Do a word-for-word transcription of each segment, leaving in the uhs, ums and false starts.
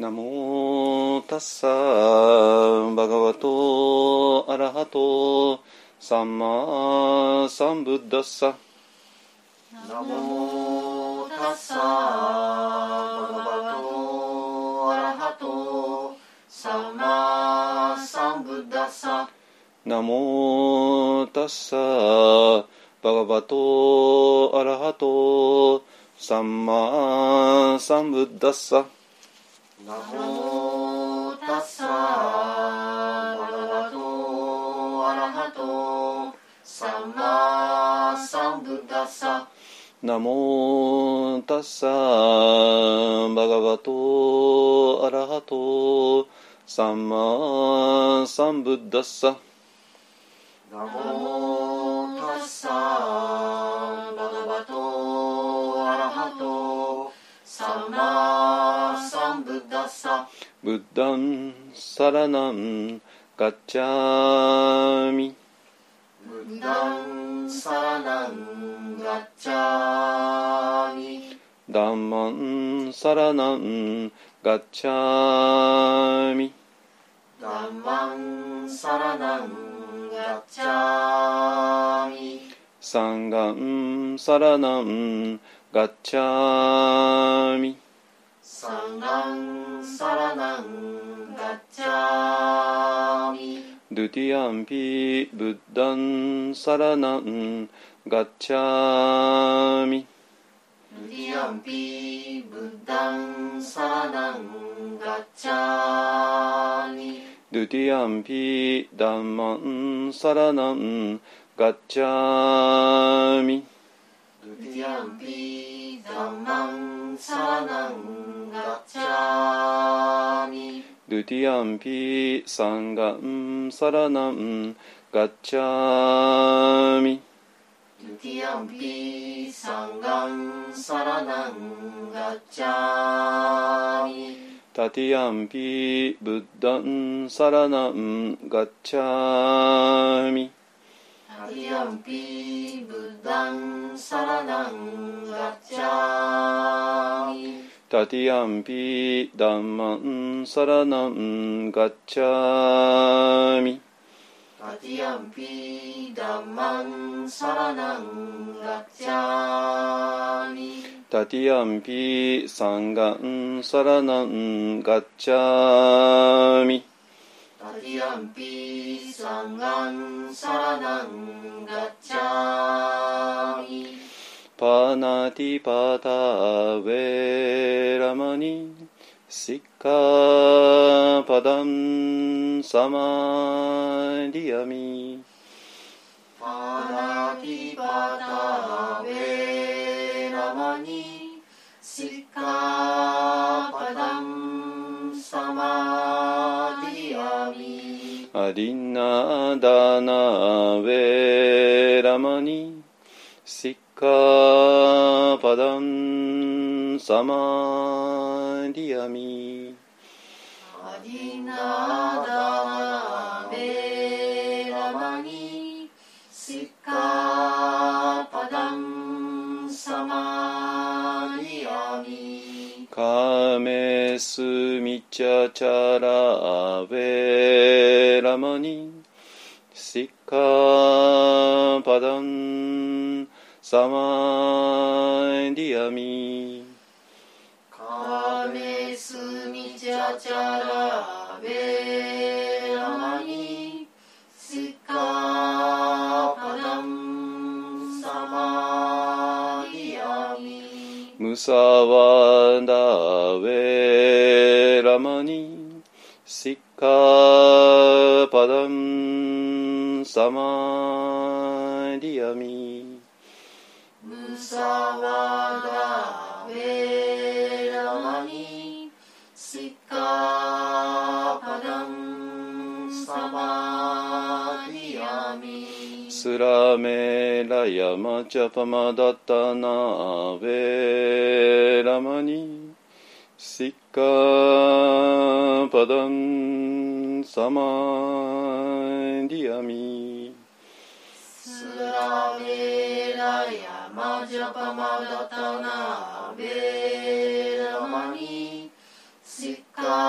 ナモタッサーバガワトアラハトサンマサンブッダッサ。 ナモタッサーバガワトアラハトサンマサンブッダッサ。 ナモタッサーバガワトアラハトサンマサンブッダッサ。 ナモタッサーバガワトアラハトサンマサンブッダッサ。 ナモタッサーバガワトアラハトサンマサンブッダッサ。 ナモタッサーバガワトアラハトサンマサンブッダッサ。 ブッダンサラナンガッチャミ。 ブッダンサラナンガッチャミ。 ダンマンサラナンガッチャミ。 ダンマンサラナンガッチャミ。 サンガンサラナンガッチャミ。 サンガンサラナンガッチャミ。 ドゥティアンピブッダンサラナンガッチャミ。 ドゥティアンピブッダンサラナンガッチャミ。 ドゥティアンピダンマンサラナンガッチャミ。 ドゥティアンピダンマンサラナンガッチャミ。 ドゥティアンピサンガンサラナンガッチャミ。 ドゥティアンピサンガンサラナンガッチャミ。 タティアンピブッダンサラナンガッチャミ。 タティアンピブッダンサラナンガッチャミ。 タティアンピダンマンサラナンガッチャミ。 タティアンピダンマンサラナンガッチャミ。 タティアンピサンガンサラナンガッチャミ。 タティアンピサンガンサラナンガッチャミ。 パナティパタウェラマニシッカパダンサマディアミ。 パナティパタウェラマニシッカパダンサマディアミ。 アディナダナウェラマニシッカパダンサマディアミ。 アディナダナベラマニシッカパダンサマディアミ。 カメスミチャチャラウェラマニシッカパダンサマディアミ。 カメスミチャチャラベラマニシッカパダンサマディアミ。 ムサワダウェラマニシッカパダンサマディアミ。 ムサワダウェラマニシッカパダンサマディアミ。 スラメラヤマチャパマダタナウェラマニシッカパダンサマディアミ。 スラメラヤマジャパマダタナベラマニシッカ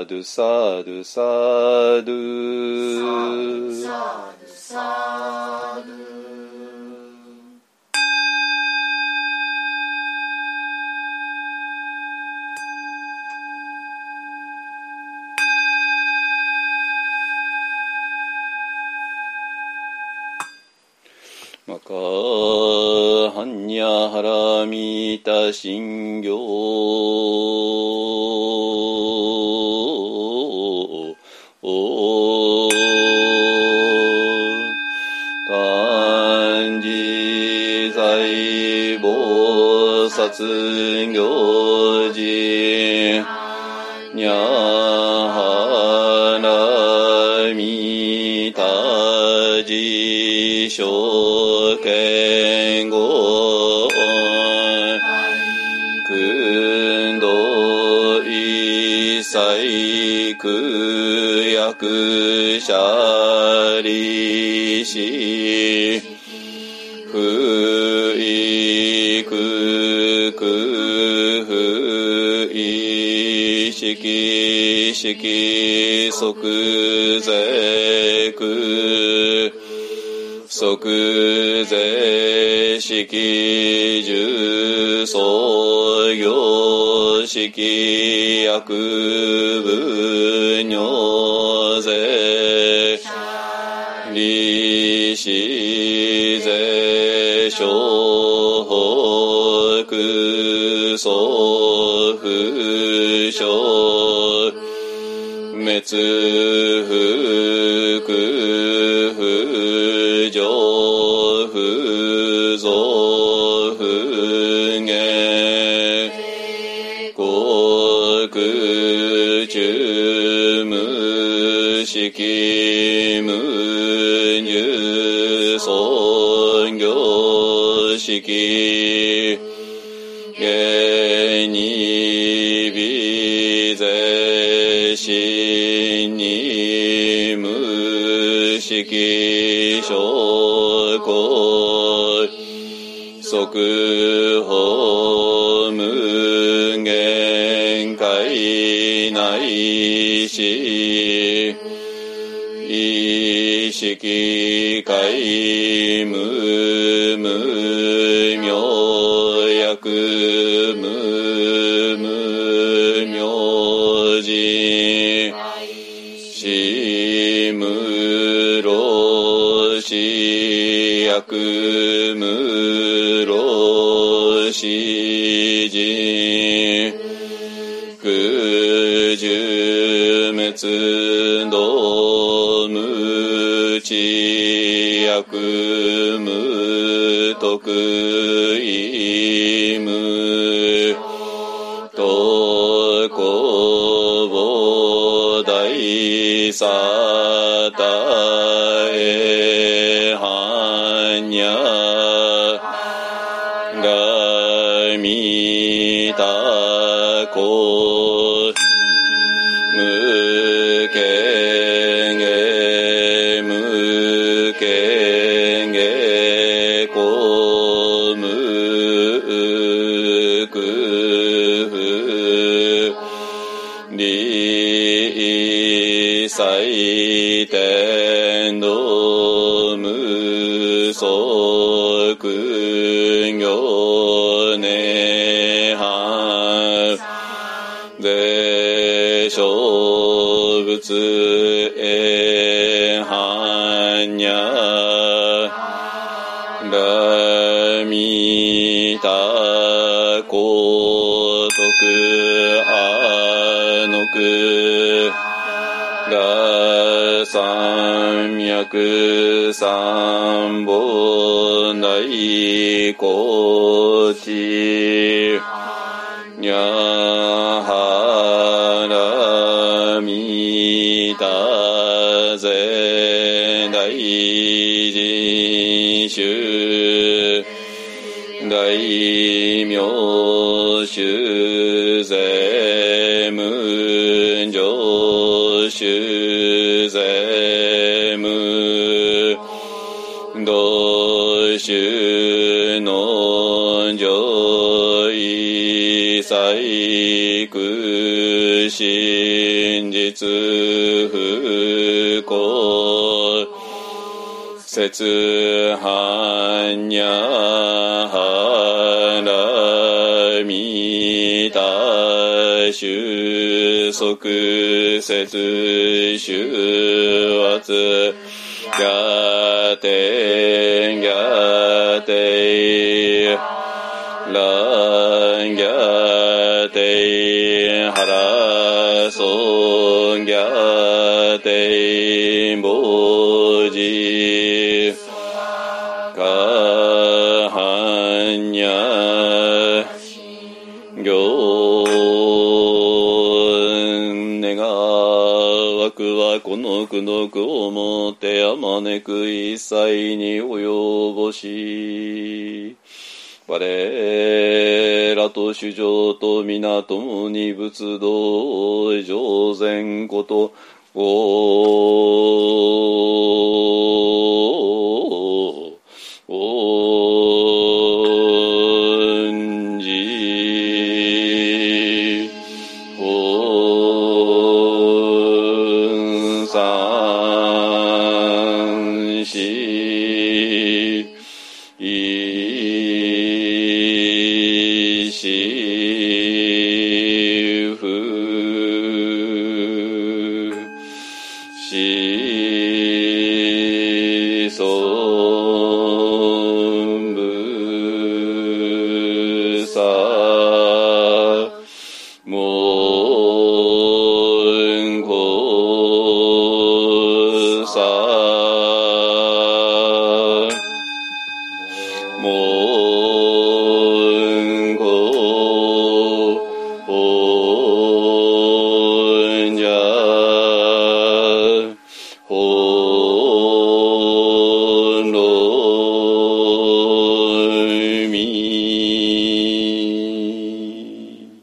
ドゥサドゥサドゥサドゥサドゥマカハンニャハラミタシンギョタンジザイボサツギョジニャハラミタジショケンゴクンドイサイクヤクシャリシフイククフイシキシキソクゼク即税式重創業式薬部尿税利子税小北総不詳滅福不上不増不減国中無式無入創業式下に微税心に無式証拠即法無限界内し意識界無無明薬無無明人し無老死薬無老死人苦十滅道無知薬無徳意無とこ大サタエハニャガミタコ無権ゲ無権ゲコ無ク理祭天道無足行涅槃税小仏えはんにゃがみたこ徳あのくが三脈三本大高知にゃはらみたぜ大人衆大名衆税無常衆税無道衆の上位細工信じ節般若波羅蜜多収束節修圧伽天伽天ラン伽天ハラソン伽天ボジカハンニャ行願わくはこの苦毒をもってあまねく一切に及ぼし我らと主情と皆共に仏道上善ことおおんじおんさんしいしふしそんぶさもんこさもんこおんじゃほんろみ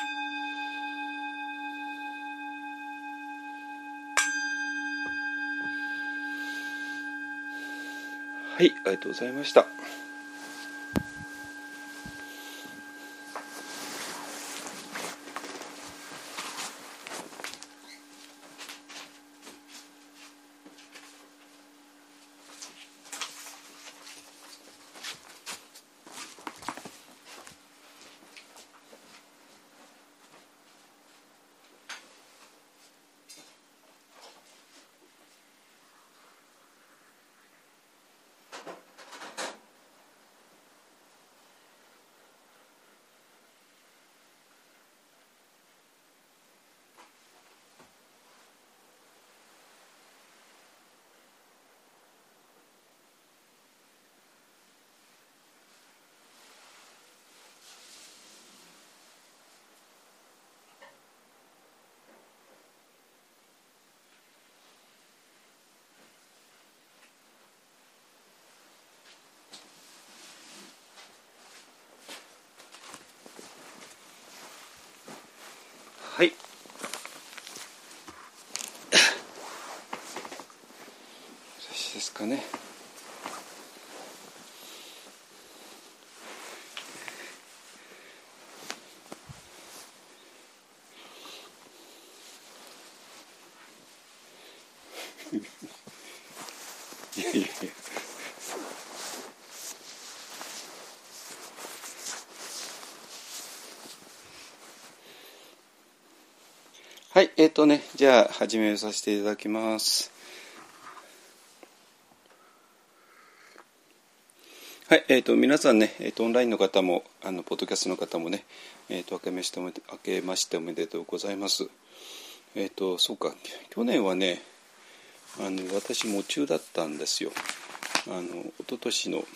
はい、ありがとうございました。はい。私ですかね。いやいやいや。はい、えっとね、じゃあ始めさせていただきます。はい、えっと皆さんね、えっとオンラインの方もあのポッドキャストの方もね、えっと明けましておめで明けましておめでとうございます。えっとそうか、去年はね、あの私夢中だったんですよ。あの一昨年のに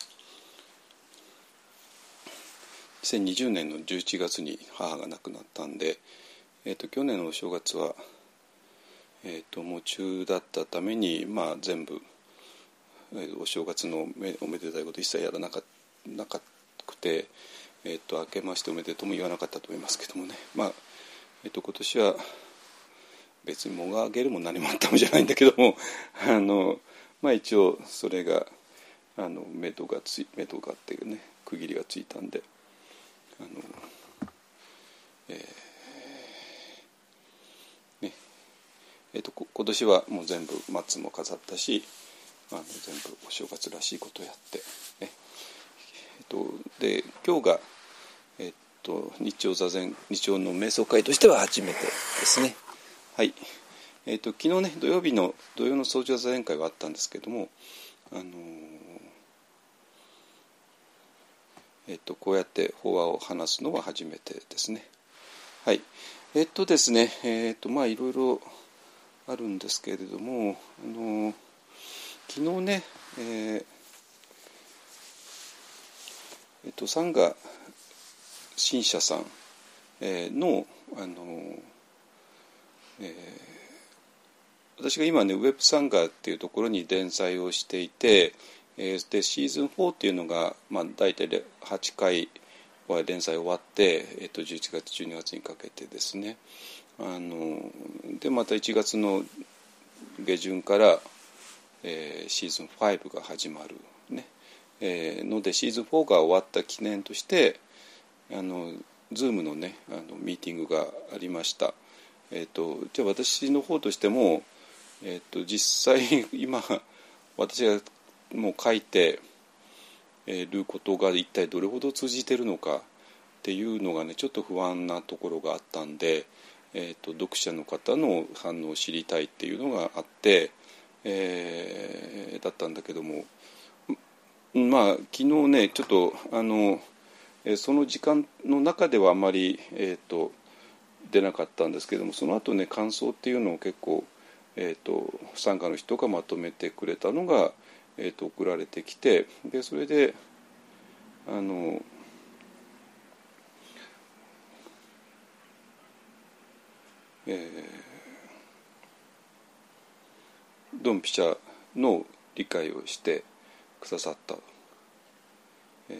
せんにじゅうねんのじゅういちがつに母が亡くなったんで。えー、と去年のお正月は、えー、と夢中だったために、まあ、全部、えー、お正月のめおめでたいこと一切やらなかなかくて、えー、と明けましておめでとうも言わなかったと思いますけどもね、まあえー、と今年は別にもがあげるも何もあったわけじゃないんだけどもあの、まあ、一応それがあの目処がつい目処がっていうね区切りがついたんで、あの、えーねえー、と今年はもう全部松も飾ったし、 あの全部お正月らしいことをやってね。えっと、で今日が、えっと、日曜座禅日曜の瞑想会としては初めてですね。はい。えっと昨日ね土曜日の土曜の早朝座禅会はあったんですけども、あのー、えっとこうやって法話を話すのは初めてですね。はい。えっとですね、えっとまあいろいろあるんですけれども、あのー、昨日ね、えーえっとサンガ新社さんの、あのーえー、私が今ねウェブサンガっていうところに連載をしていて、えー、でシーズンフォーっていうのが、まあ、大体はちかいは連載終わって、えー、とじゅういちがつじゅうにがつにかけてですね、あのでまたいちがつの下旬から、えー、シーズンファイブが始まるね、えー、のでシーズンフォーが終わった記念としてあのズームのねあのミーティングがありました。えー、とじゃあ私の方としても、えー、と実際今私がもう書いていることが一体どれほど通じてるのかっていうのがねちょっと不安なところがあったんで、えー、と読者の方の反応を知りたいっていうのがあって、えー、だったんだけども、まあ昨日ねちょっとあのその時間の中ではあまり、えー、と出なかったんですけども、その後ね感想っていうのを結構、えー、と参加の人がまとめてくれたのが、えー、と送られてきて、でそれであのえー、ドンピシャの理解をしてくださった、え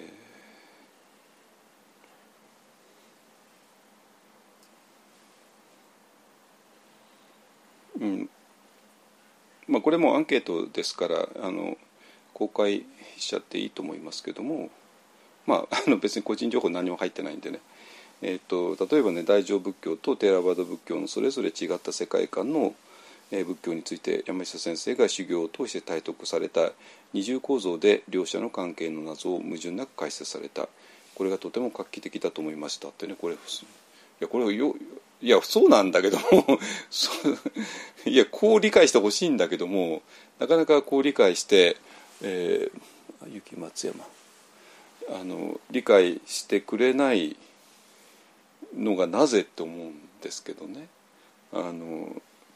ーうんまあ、これもアンケートですからあの公開しちゃっていいと思いますけども、まあ、あの別に個人情報何も入ってないんでね、えー、と例えばね大乗仏教とテーラバード仏教のそれぞれ違った世界観の、えー、仏教について山下先生が修行を通して体得された二重構造で両者の関係の謎を矛盾なく解説された。これがとても画期的だと思いましたってね。これいやこれよいやそうなんだけどもいやこう理解してほしいんだけどもなかなかこう理解して、えー、雪松山あの理解してくれないのがなぜって思うんですけどね。あの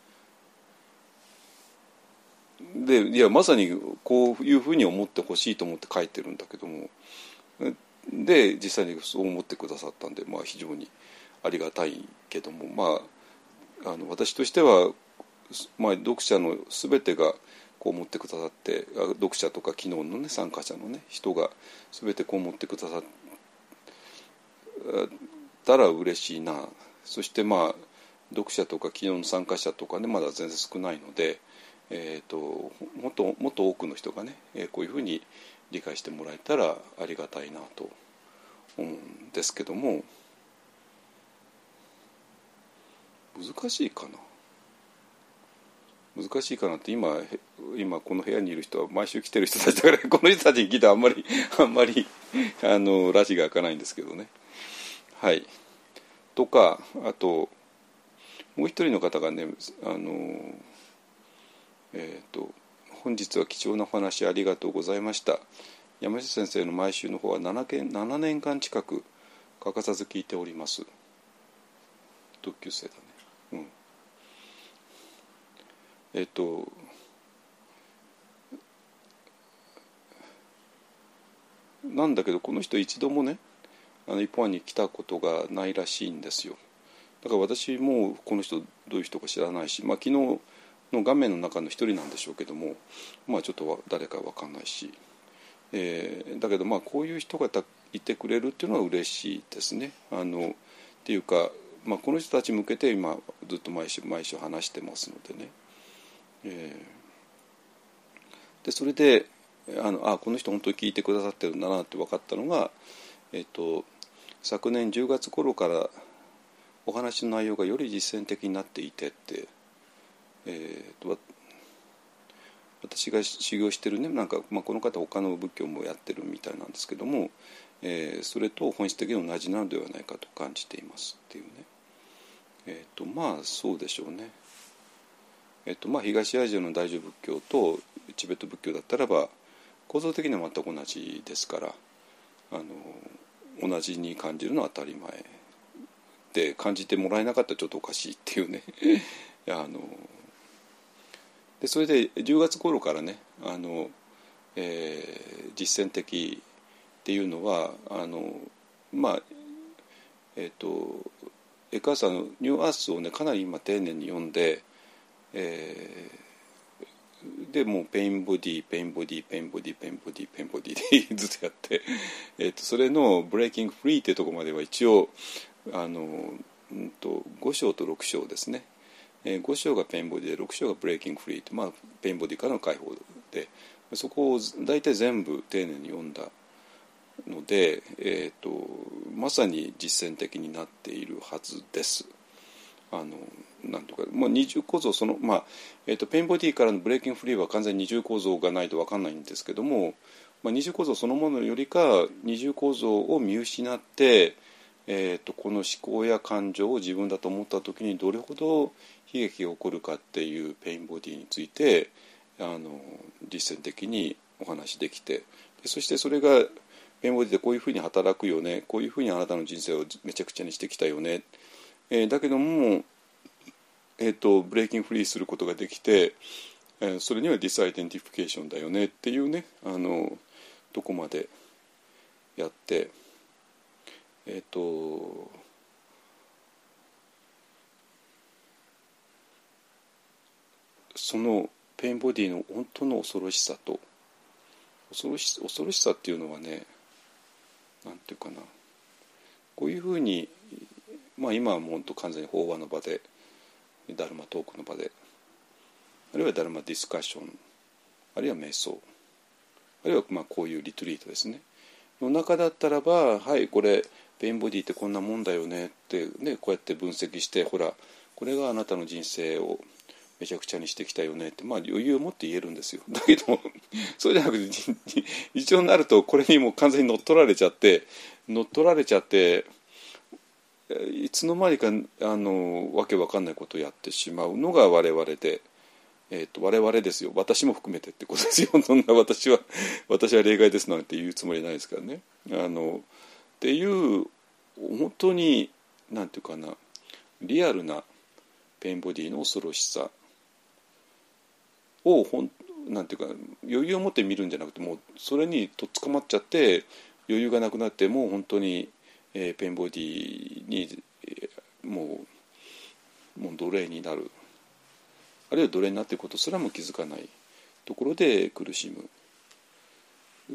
でいやまさにこういうふうに思ってほしいと思って書いてるんだけども、で実際にそう思ってくださったんで、まあ、非常にありがたいけども、まあ、あの私としては、まあ、読者の全てがこう思ってくださって読者とか昨日の、ね、参加者の、ね、人が全てこう思ってくださったら嬉しいな。そしてまあ読者とか昨日の参加者とかねまだ全然少ないので、えー、ともっともっと多くの人がねこういうふうに理解してもらえたらありがたいなと思うんですけども、難しいかな難しいかなって今今この部屋にいる人は毎週来てる人たちだからこの人たちに聞いたらあんまりあんまりあのラジが開かないんですけどね。はいとかあともう一人の方がねあのえっ、ー、と本日は貴重なお話ありがとうございました。山下先生の毎週の方は 7, 件ななねんかん近く欠かさず聞いております。同級生だね。うんえっ、ー、となんだけどこの人一度もねあの一本に来たことがないらしいんですよ。だから私もこの人どういう人か知らないし、まあ、昨日の画面の中の一人なんでしょうけども、まあ、ちょっと誰か分かんないし、えー、だけどまあこういう人がいてくれるっていうのは嬉しいですね。あのっていうか、まあ、この人たち向けて今ずっと毎週毎週話してますのでね、えー、でそれであのあこの人本当に聞いてくださってるんだなって分かったのが、えーと、昨年じゅうがつ頃からお話の内容がより実践的になっていてって、えー、と私が修行してるね、なんか、まあ、この方他の仏教もやってるみたいなんですけども、えー、それと本質的に同じなのではないかと感じていますっていうね。えっとまあそうでしょうね。えっとまあ東アジアの大乗仏教とチベット仏教だったらば構造的には全く同じですから、あの同じに感じるのは当たり前で、感じてもらえなかったらちょっとおかしいっていうねあのでそれでじゅうがつ頃からね、あの、えー、実践的っていうのはあのまあえっとエカーサーのニューアースをねかなり今丁寧に読んで、えー、でもうペインボディペインボディペインボディペインボディペインボディでずっとやって、えー、とそれのブレイキングフリーっていうところまでは一応あの、うんと、ご章とろく章ですね、えー、ご章がペインボディでろく章がブレイキングフリーって、まあ、ペインボディからの解放でそこを大体全部丁寧に読んだので、えー、とまさに実践的になっているはずです。あのなんとか、まあ、二重構造その、まあえー、とペインボディからのブレイキングフリーは完全に二重構造がないと分かんないんですけども、まあ、二重構造そのものよりか二重構造を見失って、えー、とこの思考や感情を自分だと思った時にどれほど悲劇が起こるかっていうペインボディについてあの実践的にお話できて、でそしてそれがペインボディでこういうふうに働くよね、こういうふうにあなたの人生をめちゃくちゃにしてきたよね、えー、だけども、えー、とブレイキングフリーすることができて、えー、それにはディスアイデンティフィケーションだよねっていうね、あのどこまでやってえっ、ー、とそのペインボディの本当の恐ろしさと恐ろし恐ろしさっていうのはね、なんていうかな、こういうふうに、まあ、今はもう本当完全に法話の場でダルマトークの場で、あるいはダルマディスカッション、あるいは瞑想、あるいはまあこういうリトリートですねの中だったらば、はいこれペインボディってこんなもんだよねって、ね、こうやって分析して、ほらこれがあなたの人生をめちゃくちゃにしてきたよねって、まあ余裕を持って言えるんですよ。だけどそうじゃなくて一応になるとこれにもう完全に乗っ取られちゃって乗っ取られちゃっていつの間にかあのわけわかんないことをやってしまうのが我々で、えー、と我々ですよ、私も含めてってことですよ。そんな私は私は例外ですなんて言うつもりないですからね。あのっていう本当になんていうかな、リアルなペインボディの恐ろしさをほんなんていうか余裕を持って見るんじゃなくて、もうそれにとっ捕まっちゃって余裕がなくなって、もう本当に、えー、ペインボディに、えー、もうもう奴隷になる、あるいは奴隷になっていることすらも気づかないところで苦しむ、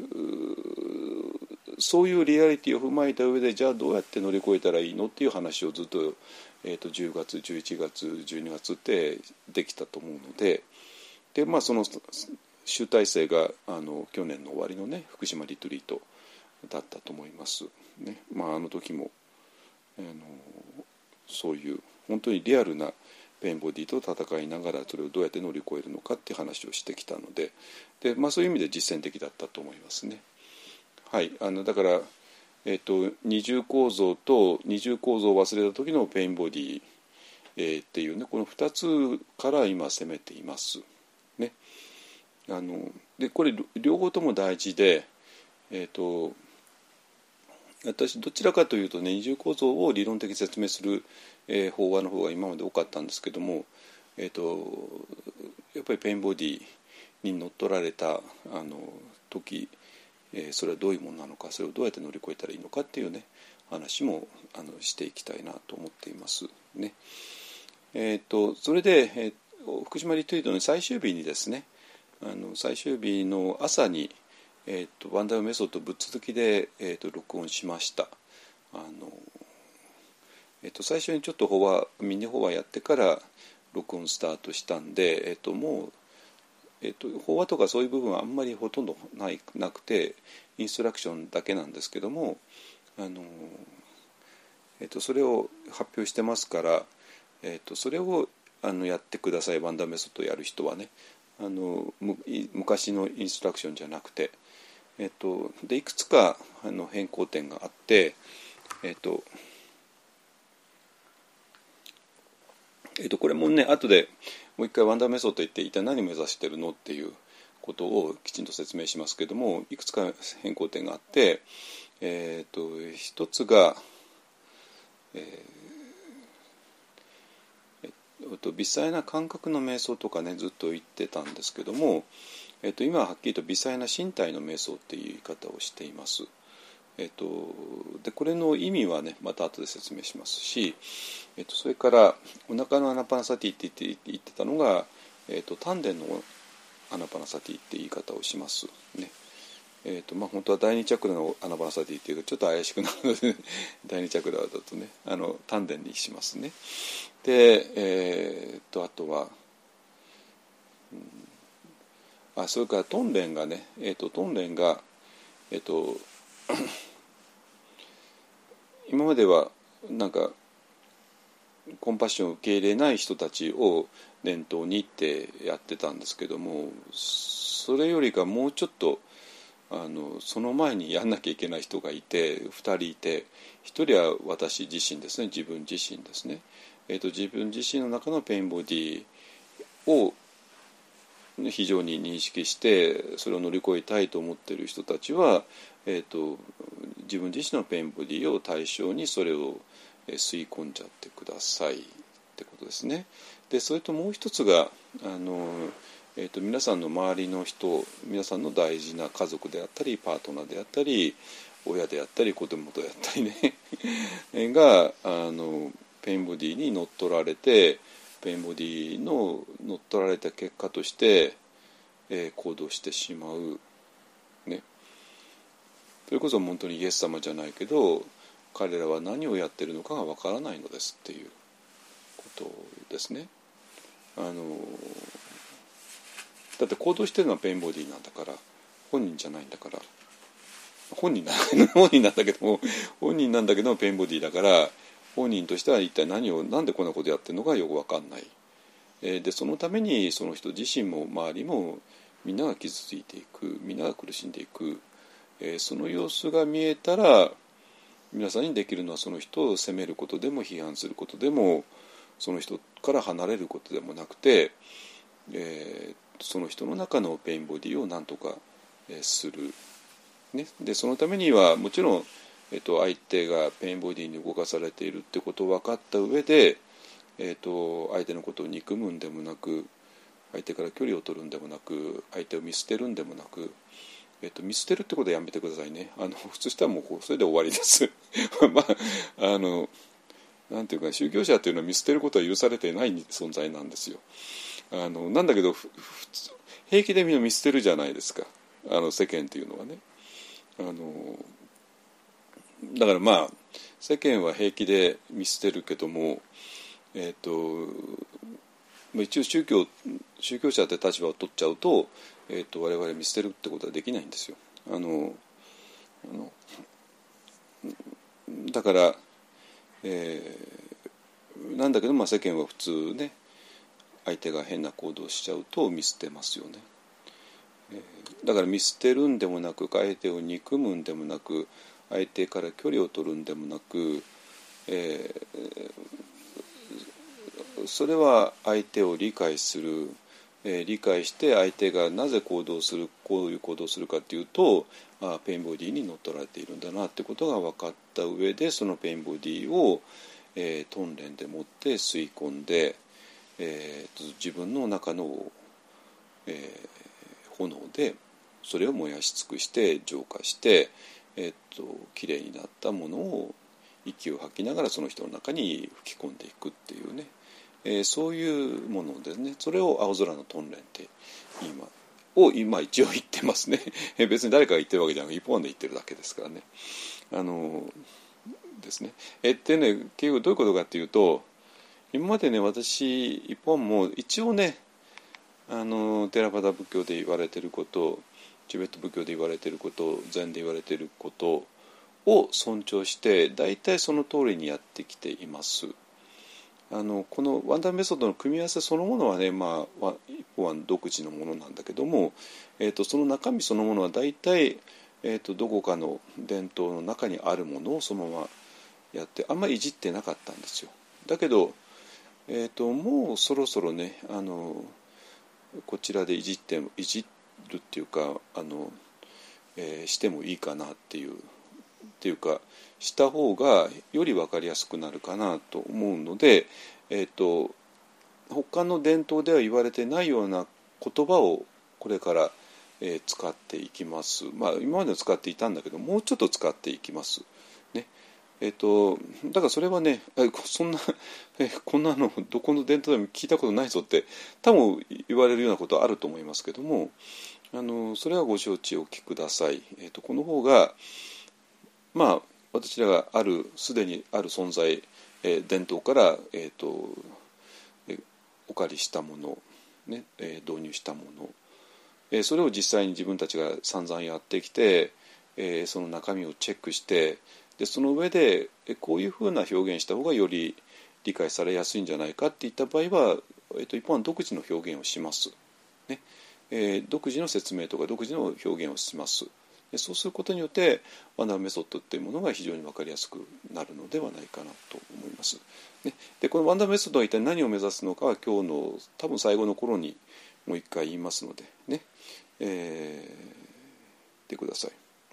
そういうリアリティを踏まえた上で、じゃあどうやって乗り越えたらいいのっていう話をずっと、えー、とじゅうがつじゅういちがつじゅうにがつってできたと思うので、で、まあ、その集大成があの去年の終わりのね福島リトリートだったと思います、ね。まあ、あの時もあのそういう本当にリアルなペインボディと戦いながらそれをどうやって乗り越えるのかっていう話をしてきたので、で、まあ、そういう意味で実践的だったと思いますね。はい、あのだから、えー、と二重構造と二重構造を忘れた時のペインボディ、えー、っていうね、このふたつから今攻めていますね。あのでこれ両方とも大事で、えー、と私どちらかというとね、二重構造を理論的に説明する、えー、法話の方が今まで多かったんですけども、えー、とやっぱりペインボディに乗っ取られたあの時、えー、それはどういうものなのか、それをどうやって乗り越えたらいいのかっていうね話もあのしていきたいなと思っていますね。えー、とそれで、えー、福島リトリートの最終日にですね、あの最終日の朝に、えー、とワンダーメソッドぶっ続きで、えー、と録音しました。あの、えー、と最初にちょっと法話ミニ法話やってから録音スタートしたんで、えー、ともうえっと、法話とかそういう部分はあんまりほとんどないなくてインストラクションだけなんですけども、あの、えっと、それを発表してますから、えっと、それをあのやってください、ワンダーメソッドをやる人はね、 あの昔のインストラクションじゃなくて、えっと、でいくつかあの変更点があって、えっとえっと、これもね後でもう一回ワンダーメソッドといって一体何を目指してるのっていうことをきちんと説明しますけども、いくつか変更点があって、えっと一つが、えーえっと、微細な感覚の瞑想とかねずっと言ってたんですけども、えっと、今ははっきりと微細な身体の瞑想っていう言い方をしています。えっと、でこれの意味はねまた後で説明しますし、えっと、それからお腹のアナパナサティって言って言ってたのが、えっと、丹田のアナパナサティって言い方をしますね。えっとまあ、本当は第二チャクラのアナパナサティっていうとちょっと怪しくなるので、ね、第二チャクラだとねあの丹田にしますね。で、えー、っとあとは、うん、あそれからトンレンがね、えー、っとトンレンがえー、っと今まではなんかコンパッションを受け入れない人たちを念頭にってやってたんですけども、それよりかもうちょっとあのその前にやんなきゃいけない人がいてふたりいて、ひとりは私自身ですね、自分自身ですね、えーと、自分自身の中のペインボディを非常に認識してそれを乗り越えたいと思っている人たちは、えーと、自分自身のペインボディを対象にそれを吸い込んじゃってくださいってことですね。でそれともう一つがあの、えーと、皆さんの周りの人、皆さんの大事な家族であったりパートナーであったり親であったり子供であったりねがあのペインボディに乗っ取られて、ペインボディの乗っ取られた結果として、えー、行動してしまうね。それこそ本当にイエス様じゃないけど彼らは何をやってるのかがわからないのですっていうことですね。あのだって行動してるのはペインボディなんだから本人じゃないんだから、本人な本人なんだけども本人なんだけどもペインボディだから本人としては一体何をなんでこんなことやってるのかよくわかんない。えー、でそのためにその人自身も周りもみんなが傷ついていく、みんなが苦しんでいく、えー、その様子が見えたら皆さんにできるのはその人を責めることでも批判することでもその人から離れることでもなくて、えー、その人の中のペインボディを何とか、えー、する、ね、でそのためにはもちろん、えーと、相手がペインボディに動かされているってことを分かった上で、えーと、相手のことを憎むんでもなく相手から距離を取るんでもなく相手を見捨てるんでもなく、えっと、見捨てるってことはやめてくださいね。あの普通したらもうそれで終わりですまああのなんていうか宗教者っていうのは見捨てることは許されていない存在なんですよ。あのなんだけど平気でみんな見捨てるじゃないですか、あの世間っていうのはね。あのだからまあ世間は平気で見捨てるけども、えっと一応宗教宗教者って立場を取っちゃうと、えー、と我々見捨てるってことはできないんですよ。あのあのだから、えー、なんだけど、まあ、世間は普通ね相手が変な行動をしちゃうと見捨てますよね。えー、だから見捨てるんでもなく相手を憎むんでもなく相手から距離を取るんでもなく、えーそれは相手を理解する、えー、理解して相手がなぜ行動するこういう行動をするかというとあペインボディに乗っ取られているんだなってことが分かった上でそのペインボディを、えー、トンレンでもって吸い込んで、えー、自分の中の、えー、炎でそれを燃やし尽くして浄化して、えー、っときれいになったものを息を吐きながらその人の中に吹き込んでいくっていうね、えー、そういうものですね。それを青空のトンレンって今を今一応言ってますね別に誰かが言ってるわけじゃなくて一本で言ってるだけですからね。あのですねえってね結局どういうことかっていうと、今までね私一本も一応ねあのテラパダ仏教で言われていること、チベット仏教で言われていること、禅で言われていることを尊重して大体その通りにやってきています。 あのこのワンダーメソッドの組み合わせそのものはね、まあ、一方案独自のものなんだけども、えー、とその中身そのものは大体、えー、とどこかの伝統の中にあるものをそのままやってあんまりいじってなかったんですよ。だけど、えー、ともうそろそろねあのこちらでいじっていじるっていうかあの、えー、してもいいかなっていうっていうかした方がより分かりやすくなるかなと思うので、えー、と他の伝統では言われてないような言葉をこれから、えー、使っていきます。まあ今までは使っていたんだけどもうちょっと使っていきます。ねえー、とだからそれはねそんなえこんなのどこの伝統でも聞いたことないぞって多分言われるようなことはあると思いますけども、あのそれはご承知おきください。えー、とこの方がまあ私らがあるすでにある存在、えー、伝統から、えーとえー、お借りしたもの、ねえー、導入したもの、えー、それを実際に自分たちが散々やってきて、えー、その中身をチェックしてでその上で、えー、こういうふうな表現した方がより理解されやすいんじゃないかっていった場合は、えー、と一般独自の表現をします、ねえー、独自の説明とか独自の表現をします。そうすることによってワンダーメソッドっていうものが非常に分かりやすくなるのではないかなと思います。でこのワンダーメソッドは一体何を目指すのかは今日の多分最後の頃にもう一回言いますのでね、えー、見てください。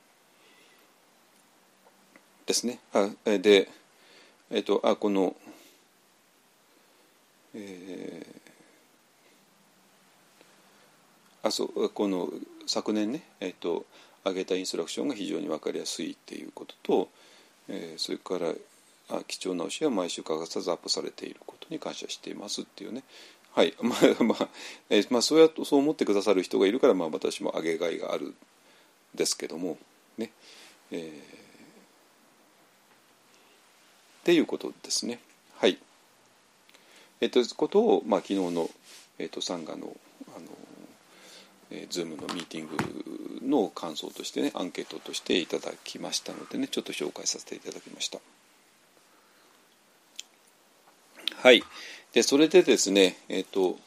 ですね。あで、えっと、あこの、えー、あそうこの昨年ね、えっと挙げたインストラクションが非常に分かりやすいっていうことと、えー、それからあ貴重な教えは毎週欠かさずアップされていることに感謝していますっていうね。はいまあまあえーまあ、そうやそう思ってくださる人がいるから、まあ、私も挙げがいがあるんですけどもね、えー、っていうことですね。はい。えっ、ー、ということを、まあ、昨日の、えー、とサンガのあのえー、ズームのミーティングの感想としてねアンケートとしていただきましたのでねちょっと紹介させていただきました。はい。でそれでですねえっ、ー、と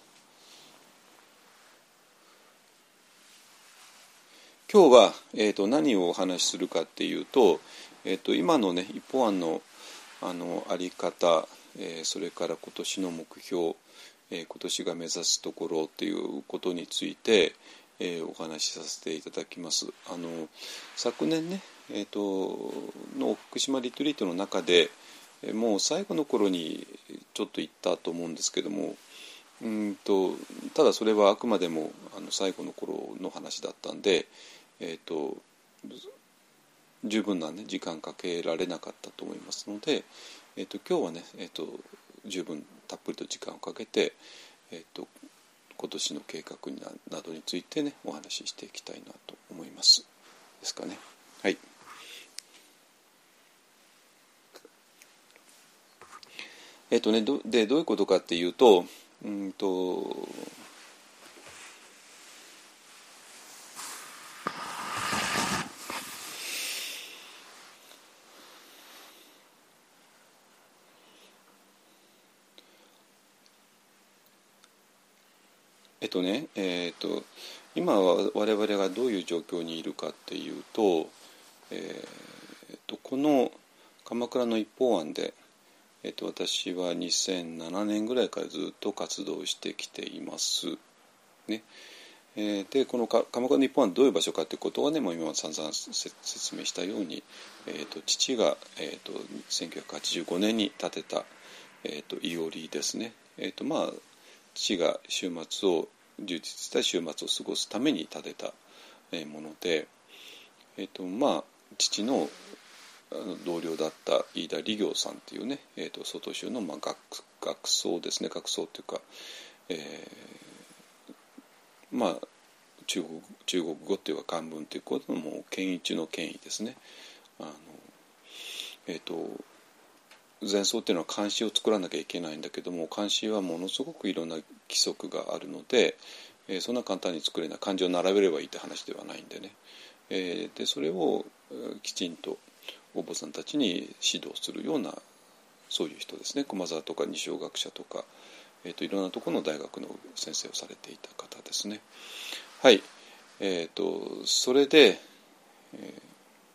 今日は、えー、と何をお話しするかっていうと、えー、と今のね一方案のあのあり方、えー、それから今年の目標、えー、今年が目指すところっていうことについて、えー、お話しさせていただきます。あの昨年ね、えー、との福島リトリートの中で、えー、もう最後の頃にちょっと言ったと思うんですけども、うんとただそれはあくまでもあの最後の頃の話だったんで、えー、と十分な、ね、時間かけられなかったと思いますので、えー、と今日はね、えー、と十分たっぷりと時間をかけて、えー、と今年の計画などについてねお話ししていきたいなと思いますですかね。はい。えっ、ー、とねどでどういうことかっていうとうんとえっとねえっと今は我々がどういう状況にいるかっていうと、えー、とこの鎌倉の一方案で、えっと、私はにせんななねんぐらいからずっと活動してきています。ねえー、でこの鎌倉の一方案どういう場所かということはねもう今散々説明したように、えー、と父が、えー、とせんきゅうひゃくはちじゅうごねんに建てた、えー、といおりですね。えー、とまあ父が週末を充実した週末を過ごすために建てたもので、えーとまあ、父の同僚だった飯田利行さんっていうね、えー、と曹洞宗のまあ 学, 学僧ですね学僧っていうか、えー、まあ中国中国語っていうか漢文ということのもう権威中の権威ですね。あのえっ、ー、と禅僧っていうのは漢詩を作らなきゃいけないんだけども漢詩はものすごくいろんな規則があるので、えー、そんな簡単に作れない漢字を並べればいいって話ではないんでね、えー、でそれをきちんとお坊さんたちに指導するようなそういう人ですね。駒沢とか二松学舎とか、えー、といろんなところの大学の先生をされていた方ですね。はい、えー、とそれで、えー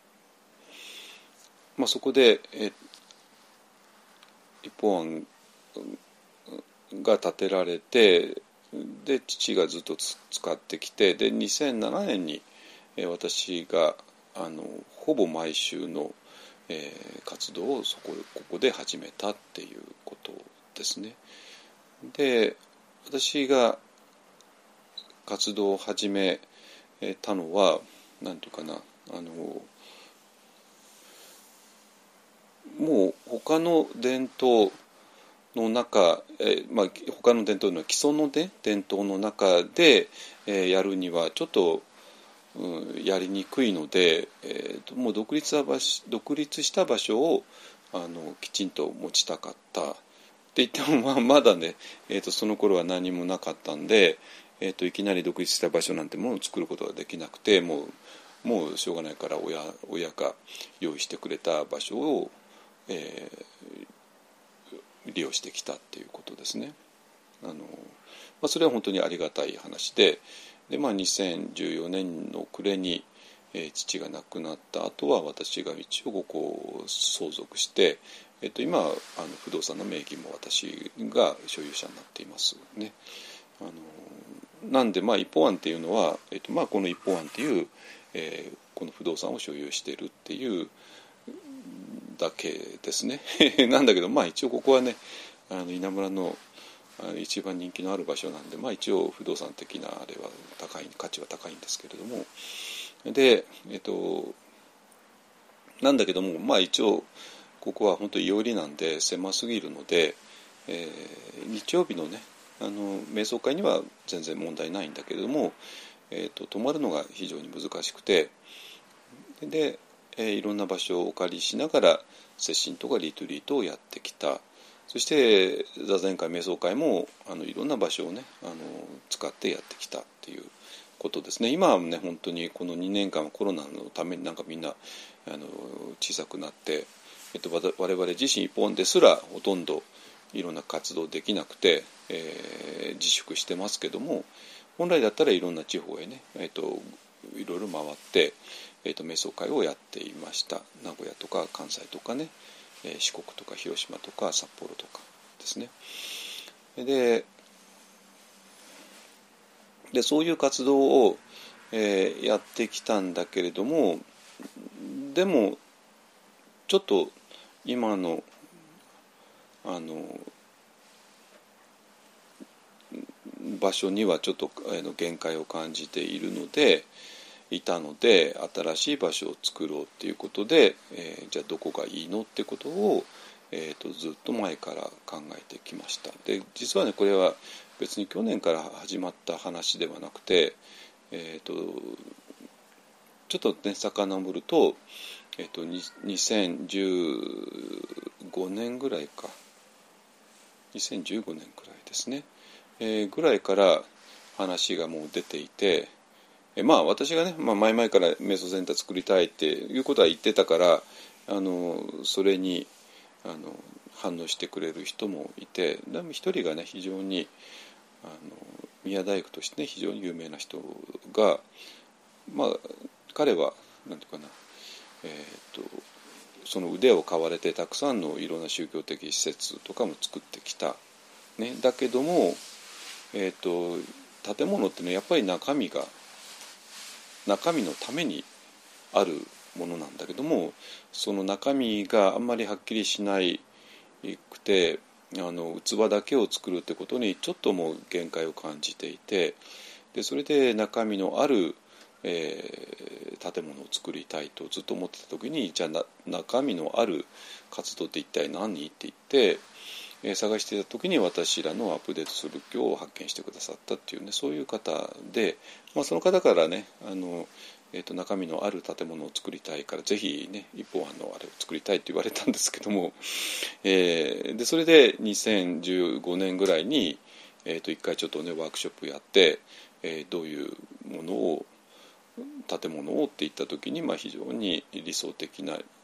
まあ、そこで、えー、一本案が立てられて、で父がずっと使ってきて、でにせんななねんに、えー、私があのほぼ毎週の、えー、活動をそこここで始めたっていうことですね。で私が活動を始めたのは何ていうかな、あのもう他の伝統の中、えーまあ、他の伝統の既存の、ね、伝統の中で、えー、やるにはちょっと、うん、やりにくいので、えー、ともう独立した場所、独立した場所をあのきちんと持ちたかったって言っても、まあ、まだね、えー、とその頃は何もなかったんで、えー、といきなり独立した場所なんてものを作ることができなくて、もう、もうしょうがないから親、親が用意してくれた場所を、えー利用してきたっていうことですね。あの、まあ、それは本当にありがたい話で、で、まあ、にせんじゅうよねんの暮れに、えー、父が亡くなった後は私が一応ここを相続して、えー、と今あの不動産の名義も私が所有者になっていますね。あのなんで、まあ、一方案っていうのは、えーとまあ、この一方案っていう、えー、この不動産を所有しているっていうだけですねなんだけど、まあ一応ここはね、あの稲村の一番人気のある場所なんで、まあ一応不動産的なあれは高い、価値は高いんですけれども、でえっとなんだけども、まあ一応ここは本当に寄りなんで狭すぎるので、えー、日曜日のねあの瞑想会には全然問題ないんだけれども、えー、と泊まるのが非常に難しくて、でえー、いろんな場所をお借りしながら接心とかリトリートをやってきた。そして座禅会瞑想会もあのいろんな場所をねあの使ってやってきたっていうことですね。今はね本当にこのにねんかんはコロナのためになんかみんなあの小さくなって、えっと、我々自身一本ですらほとんどいろんな活動できなくて、えー、自粛してますけども、本来だったらいろんな地方へね、えっと、いろいろ回って、えー、と瞑想会をやっていました。名古屋とか関西とかね、えー、四国とか広島とか札幌とかですね。で、でそういう活動を、えー、やってきたんだけれども、でもちょっと今のあの場所にはちょっと限界を感じているのでいたので、新しい場所を作ろうっていうことで、えー、じゃあどこがいいのってことを、えー、とずっと前から考えてきました。で実はねこれは別に去年から始まった話ではなくて、えー、とちょっとね遡ると、えー、とにせんじゅうごねんぐらいかにせんじゅうごねんくらいですね、えー、ぐらいから話がもう出ていて、えまあ私がね、まあ、前々から瞑想センター作りたいっていうことは言ってたから、あのそれにあの反応してくれる人もいて、でも一人がね非常にあの宮大工としてね非常に有名な人が、まあ彼はなんていうかな、えー、とその腕を買われてたくさんのいろんな宗教的施設とかも作ってきた、ね、だけども、えー、と建物ってねやっぱり中身が中身のためにあるものなんだけども、その中身があんまりはっきりしないくて、あの器だけを作るってことにちょっともう限界を感じていて、でそれで中身のある、えー、建物を作りたいとずっと思ってた時に、じゃあ中身のある活動って一体何って言って、えー、探していた時に私らのアップデートする教を発見してくださったっていうね、そういう方で、まあ、その方からねあのえー、と中身のある建物を作りたいからぜひね一本あのあれを作りたいって言われたんですけども、えー、でそれでにせんじゅうごねんぐらいに、えー、と一回ちょっとねワークショップやって、えー、どういうものを建物をっていった時に、まあ、非常に理想的な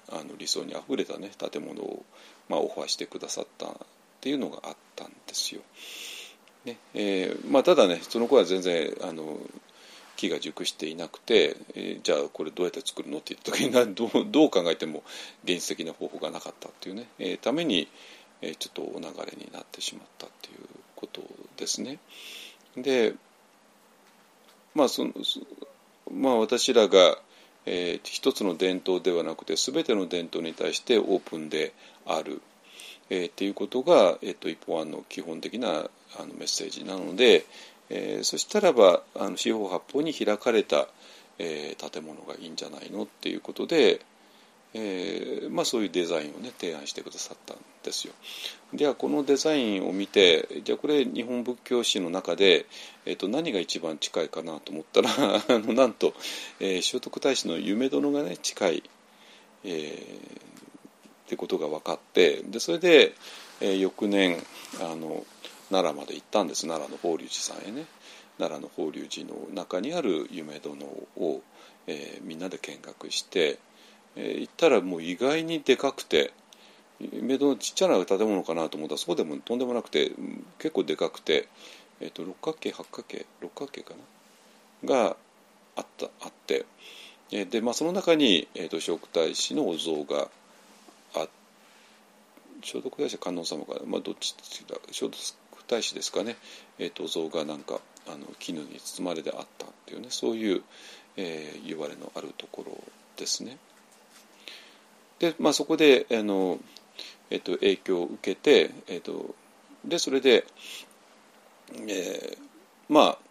あの理想にあふれたね建物を、まあ、オファーしてくださったっていうのがあったんですよ。ねえーまあ、ただねその子は全然あの木が熟していなくて、えー、じゃあこれどうやって作るのって言った時にどう、どう考えても現実的な方法がなかったっていうね、えー、ために、えー、ちょっとお流れになってしまったっていうことですね。でまあそのまあ私らが、えー、一つの伝統ではなくて全ての伝統に対してオープンである、えー、っていうことが、えー、と一方案の基本的なあのメッセージなので、えー、そしたらばあの四方八方に開かれた、えー、建物がいいんじゃないのっていうことで、えーまあ、そういうデザインをね提案してくださったんですよ。ではこのデザインを見てじゃあこれ日本仏教史の中で、えー、と何が一番近いかなと思ったらあのなんと、えー、聖徳太子の夢殿がね近い、えー、ってことが分かってでそれで、えー、翌年あの奈良まで行ったんです。奈良の法隆寺さんへね。奈良の法隆寺の中にある夢殿を、えー、みんなで見学して、えー、行ったらもう意外にでかくて夢殿ちっちゃな建物かなと思ったらそうでもとんでもなくて結構でかくて、えー、と六角形八角形六角形かながあったあってで、まあ、その中に、えー、と聖徳太子のお像があ聖徳太子観音様が、まあ、どっちだ聖徳太子ですかね、えー、とお像がなんかあの絹に包まれてあったっていうねそういう、えー、言われのあるところですね。で、まあ、そこであの、えー、と影響を受けて、えー、とでそれで、えー、まあ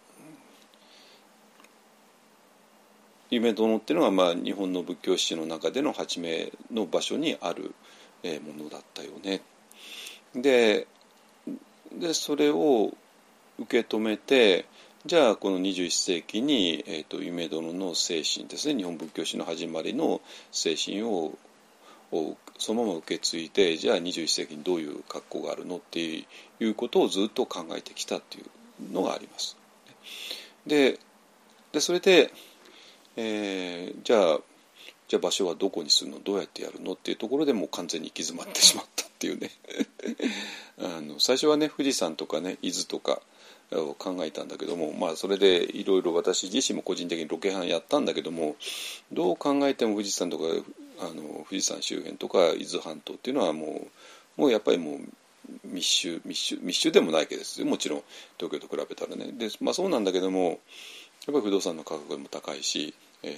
夢殿っていうのは、まあ、日本の仏教史の中での初めの場所にあるものだったよね。で、でそれを受け止めてじゃあこのにじゅういっ世紀に、えー、と夢殿の精神ですね日本仏教史の始まりの精神ををそのまま受け継いでじゃあにじゅういっ世紀にどういう格好があるのっていうことをずっと考えてきたっていうのがあります。で、でそれで、えー、じゃあじゃあ場所はどこにするのどうやってやるのっていうところでもう完全に行き詰まってしまったっていうねあの最初はね富士山とかね伊豆とかを考えたんだけども、まあ、それでいろいろ私自身も個人的にロケハンやったんだけどもどう考えても富士山とかあの富士山周辺とか伊豆半島っていうのはもう、もうやっぱりもう密集密集密集でもないけどですよもちろん東京と比べたらねで、まあ、そうなんだけどもやっぱり不動産の価格も高いし、え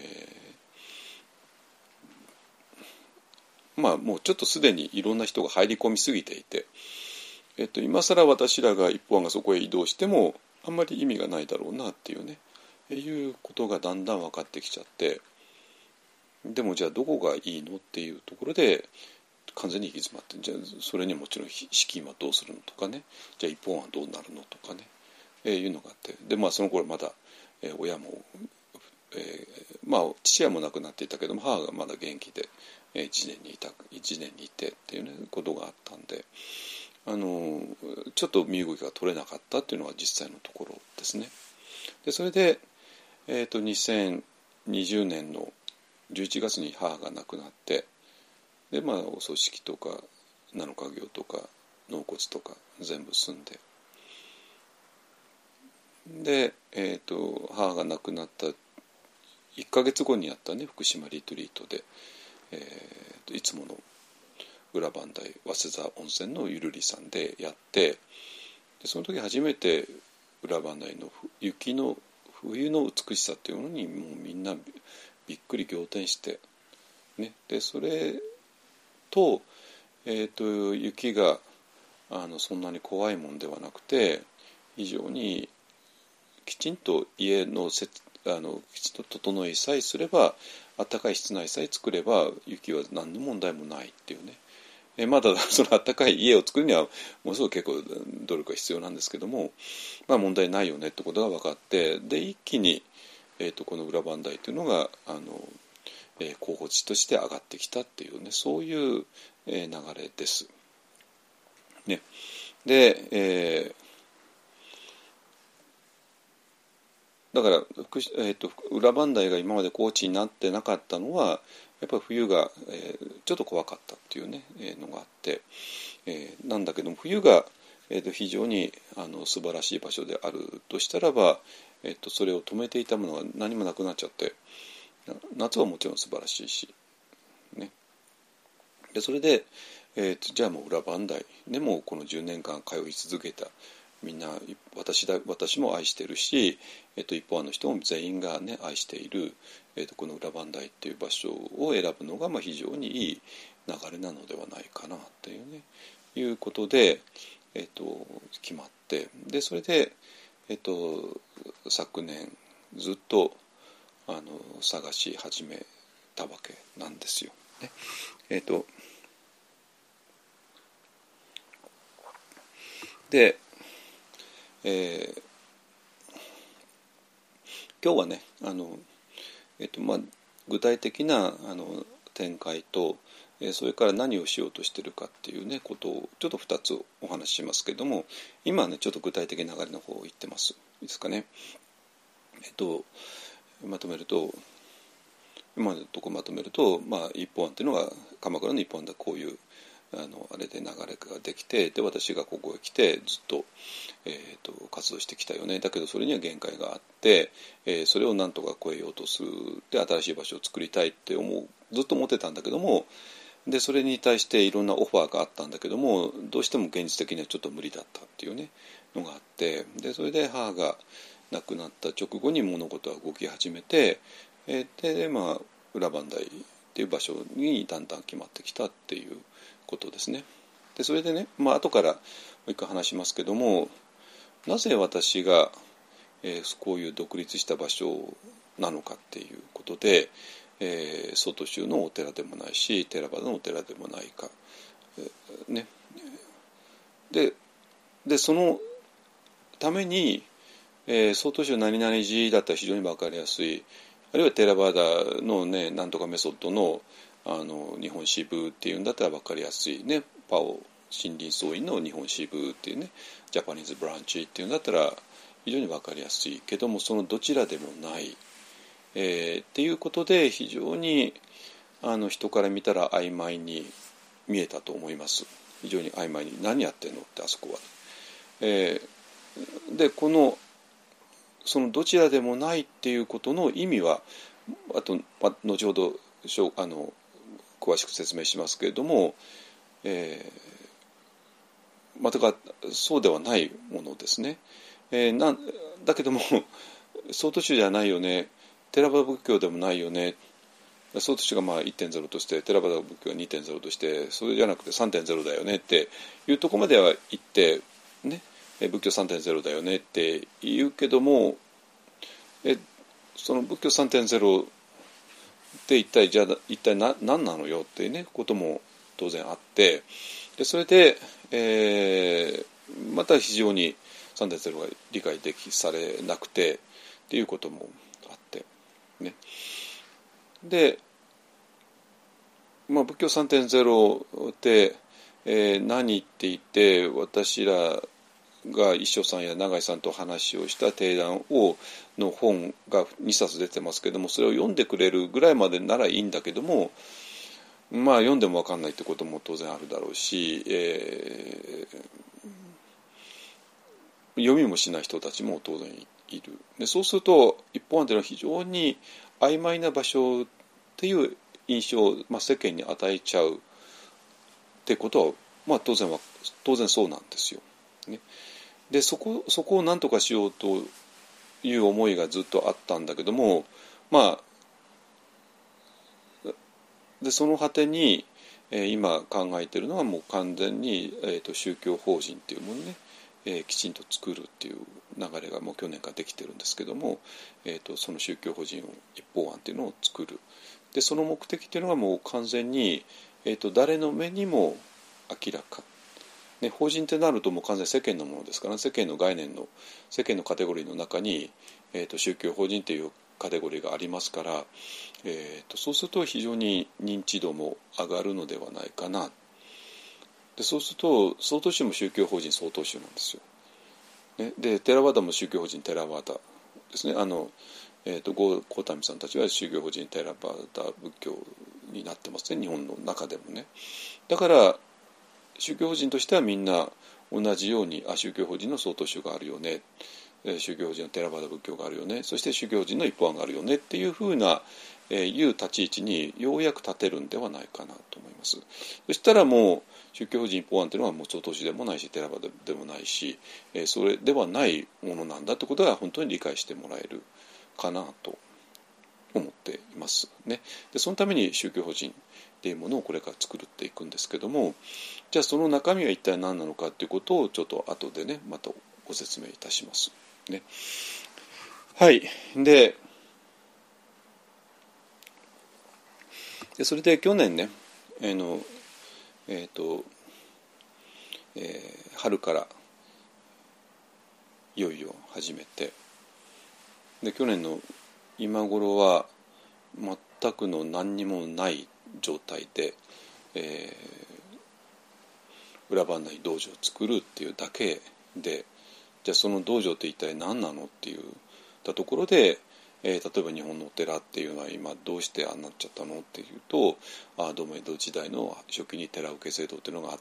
ー、まあもうちょっとすでにいろんな人が入り込みすぎていて、えっと、今更私らが一方案がそこへ移動してもあんまり意味がないだろうなっていうねいうことがだんだん分かってきちゃってでもじゃあどこがいいのっていうところで完全に行き詰まってじゃあそれにもちろん資金はどうするのとかねじゃあ一方案はどうなるのとかね、えー、いうのがあってでまあその頃まだ、えー、親も、えー、まあ父親も亡くなっていたけども母がまだ元気で、えー、いちねんにいたいちねんにいてっていう、ね、ことがあったんであのちょっと身動きが取れなかったっていうのが実際のところですね。でそれで、えー、とにせんにじゅうねんのじゅういちがつに母が亡くなってで、まあ、お葬式とか七日行とか納骨とか全部済んでで、えー、と母が亡くなったいっかげつごにやったね福島リトリートで、えー、といつもの裏磐梯早稲田温泉のゆるりさんでやってでその時初めて裏磐梯の雪の冬の美しさっていうものにもうみんなびっくり仰天して、ね、でそれと、えー、と雪があのそんなに怖いもんではなくて非常にきちんと家のせあのきちんと整いさえすれば暖かい室内さえ作れば雪は何の問題もないっていうねえまだその暖かい家を作るにはものすごく結構努力が必要なんですけども、まあ、問題ないよねってことが分かってで一気に、えー、とこの裏磐梯というのがあの、えー、候補地として上がってきたっていうねそういう、えー、流れです。ね、で、えだから、えー、と裏磐梯が今まで高地になってなかったのはやっぱり冬が、えー、ちょっと怖かったっていうね、えー、のがあって、えー、なんだけども冬が、えー、と非常にあの素晴らしい場所であるとしたらば、えー、とそれを止めていたものが何もなくなっちゃって、夏はもちろん素晴らしいし、ね、でそれで、えー、とじゃあもう裏磐梯でもこのじゅうねんかん通い続けたみんな 私, だ私も愛してるし、えっと、一方の人も全員が、ね、愛している、えっと、この裏磐梯っていう場所を選ぶのが、まあ、非常にいい流れなのではないかなっていうねいうことで、えっと、決まってでそれで、えっと、昨年ずっとあの探し始めたわけなんですよ、ねえっと、でえー、今日はねあの、えっとまあ、具体的なあの展開と、えー、それから何をしようとしているかっていうねことをちょっとふたつお話ししますけども、今はねちょっと具体的な流れの方を言ってます。いいですかね。えっとまとめると今までのとこまとめると、まあ、一本案っていうのが鎌倉の一本案でこういうあのあれで流れができて、で私がここへ来てずっと,、えー、と活動してきたよね。だけどそれには限界があって、えー、それをなんとか超えようとするで新しい場所を作りたいって思うずっと思ってたんだけども、でそれに対していろんなオファーがあったんだけどもどうしても現実的にはちょっと無理だったっていうねのがあって、でそれで母が亡くなった直後に物事は動き始めて、えー、でまあ裏磐梯っていう場所にだんだん決まってきたっていうことですね。でそれでね、まあ後からもう一回話しますけども、なぜ私が、えー、こういう独立した場所なのかっていうことで、えー、外州のお寺でもないし寺場のお寺でもないか、えー、ねででそのために、えー、外州何々寺だったら非常に分かりやすい、あるいはテラバーダのねなんとかメソッドのあの日本支部っていうんだったら分かりやすいね、パオ森林総院の日本支部っていうねジャパニーズブランチっていうんだったら非常に分かりやすいけども、そのどちらでもない、えー、っていうことで非常にあの人から見たら曖昧に見えたと思います。非常に曖昧に何やってんのってあそこは、えー、でこのそのどちらでもないっていうことの意味はあと、まあ、後ほどあの詳しく説明しますけれども、えー、またかそうではないものですね。えー、なんだけども総都宗じゃないよね、テラバダ仏教でもないよね、総都宗がまあ いってんゼロ としてテラバダ仏教が にてんゼロ としてそれじゃなくて さんてんゼロ だよねっていうところまでは言ってね、仏教 さんてんゼロ だよねって言うけども、えその仏教 さんてんゼロ って一体じゃあ一体な何なのよっていうねことも当然あって、でそれで、えー、また非常に さんてんゼロ が理解できされなくてっていうこともあってね。で、まあ、仏教 さんてんゼロ って、えー、何って言って私らが一生さんや永井さんと話をした定談をの本がにさつ出てますけども、それを読んでくれるぐらいまでならいいんだけども、まあ読んでも分かんないってことも当然あるだろうし、えー、読みもしない人たちも当然いる。でそうすると一方案というのは非常に曖昧な場所っていう印象を、まあ、世間に与えちゃうってことは、まあ、当然は当然そうなんですよ、ね。で そこ、そこを何とかしようという思いがずっとあったんだけども、まあでその果てに、えー、今考えているのはもう完全に、えー、と宗教法人っていうものをね、えー、きちんと作るっていう流れがもう去年からできてるんですけども、えー、とその宗教法人を一方案っていうのを作る。でその目的っていうのがもう完全に、えー、と誰の目にも明らか、ね、法人ってなるともう完全に世間のものですから、ね、世間の概念の世間のカテゴリーの中に、えー、と宗教法人っていうカテゴリーがありますから、えー、とそうすると非常に認知度も上がるのではないかな。でそうすると総統宗も宗教法人総統宗なんですよ、ね、でテラワダも宗教法人テラワダですね。あの、えーと、郷民さんたちは宗教法人テラバダ仏教になってますね、日本の中でもね。だから宗教法人としてはみんな同じように、あ、宗教法人の曹洞宗があるよね、宗教法人のテラバダ仏教があるよね、そして宗教法人の一方案があるよねっていうふうな、えー、いう立ち位置にようやく立てるんではないかなと思います。そしたらもう宗教法人一方案というのはもう曹洞宗でもないしテラバダでもないし、えー、それではないものなんだってことが本当に理解してもらえるかなと思っていますね。でそのために宗教法人っていうものをこれから作っていくんですけども、じゃあその中身は一体何なのかということをちょっと後でねまたご説明いたしますね。はい。で、でそれで去年ね、あのえっ、ー、と、えー、春からいよいよ始めて、で去年の今頃は全くの何にもない状態で、えー、裏番台道場を作るっていうだけで、じゃあその道場って一体何なのっていうたところで、えー、例えば日本のお寺っていうのは今どうしてああなっちゃったのっていうと、あどうも江戸時代の初期に寺受け制度っていうのがあって、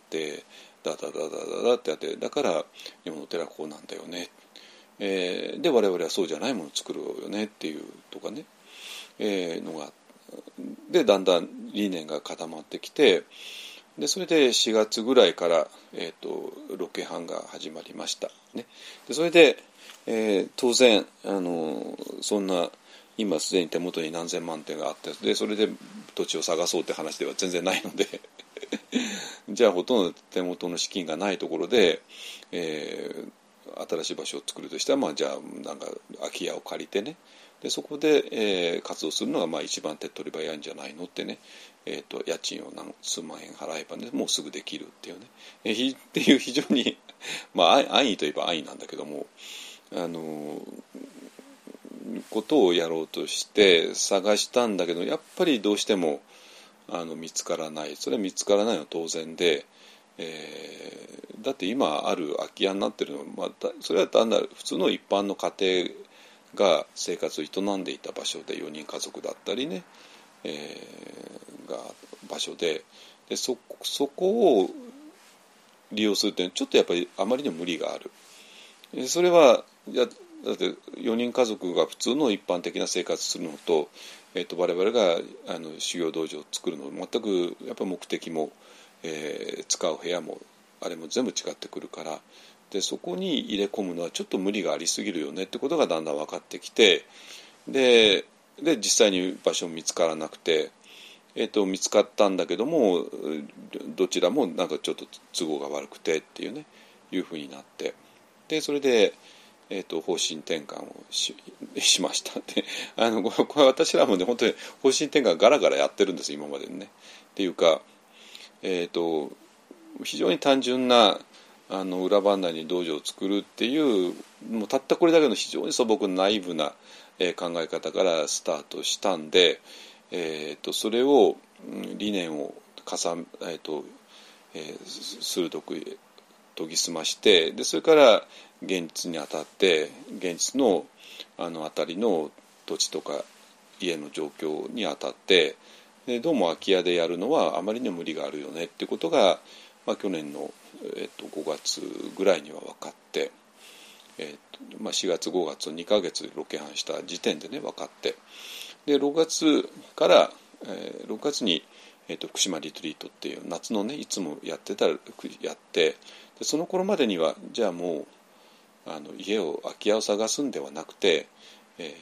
ダダダダダダってやって、だから日本のお寺はこうなんだよね、えー、で我々はそうじゃないものを作ろうよねっていうとかね、えー、のがでだんだん理念が固まってきて、でそれでしがつぐらいから、えー、とロケハンが始まりました、ね、でそれで、えー、当然あのそんな今すでに手元に何千万点があって、でそれで土地を探そうって話では全然ないのでじゃあほとんど手元の資金がないところで、えー、新しい場所を作るとしたら、まあ、じゃあなんか空き家を借りてね、でそこで、えー、活動するのがまあ一番手っ取り早いんじゃないのってね、えー、と家賃を何数万円払えば、ね、もうすぐできるっていうね、えー、っていう非常にまあ安易といえば安易なんだけども、あのことをやろうとして探したんだけど、やっぱりどうしてもあの見つからない。それは見つからないのは当然で、えー、だって今ある空き家になってるのは、まあ、それは単なる普通の一般の家庭が生活を営んでいた場所で、よにん家族だったりね、えー、が場所で、で そ, そこを利用するってちょっとやっぱりあまりにも無理がある。それはいやだってよにん家族が普通の一般的な生活するのと、えー、と我々があの修行道場を作るの全くやっぱ目的も、えー、使う部屋もあれも全部違ってくるから、でそこに入れ込むのはちょっと無理がありすぎるよねってことがだんだん分かってきて、でで実際に場所も見つからなくて、えー、と見つかったんだけどもどちらもなんかちょっと都合が悪くてっていうねいうふうになって、でそれで、えー、と方針転換を し, しましたであのこれ私らもね本当に方針転換ガラガラやってるんです今までにね。っていうか、えー、と非常に単純なあの裏番台に道場を作るっていうもうたったこれだけの非常に素朴なナイーブな、えー、考え方からスタートしたんで、えー、とそれを理念を重ね、えーとえー、鋭く研ぎ澄まして、でそれから現実にあたって現実のあの辺りの土地とか家の状況にあたって、でどうも空き家でやるのはあまりにも無理があるよねっていうことが、まあ、去年の、えー、とごがつぐらいには分かって、えーとまあ、しがつごがつにかげつロケハンした時点でね分かって、でろくがつから、えー、ろくがつに、えー、と福島リトリートっていう夏のねいつもやってたやってでその頃までにはじゃあもうあの家を空き家を探すんではなくて、え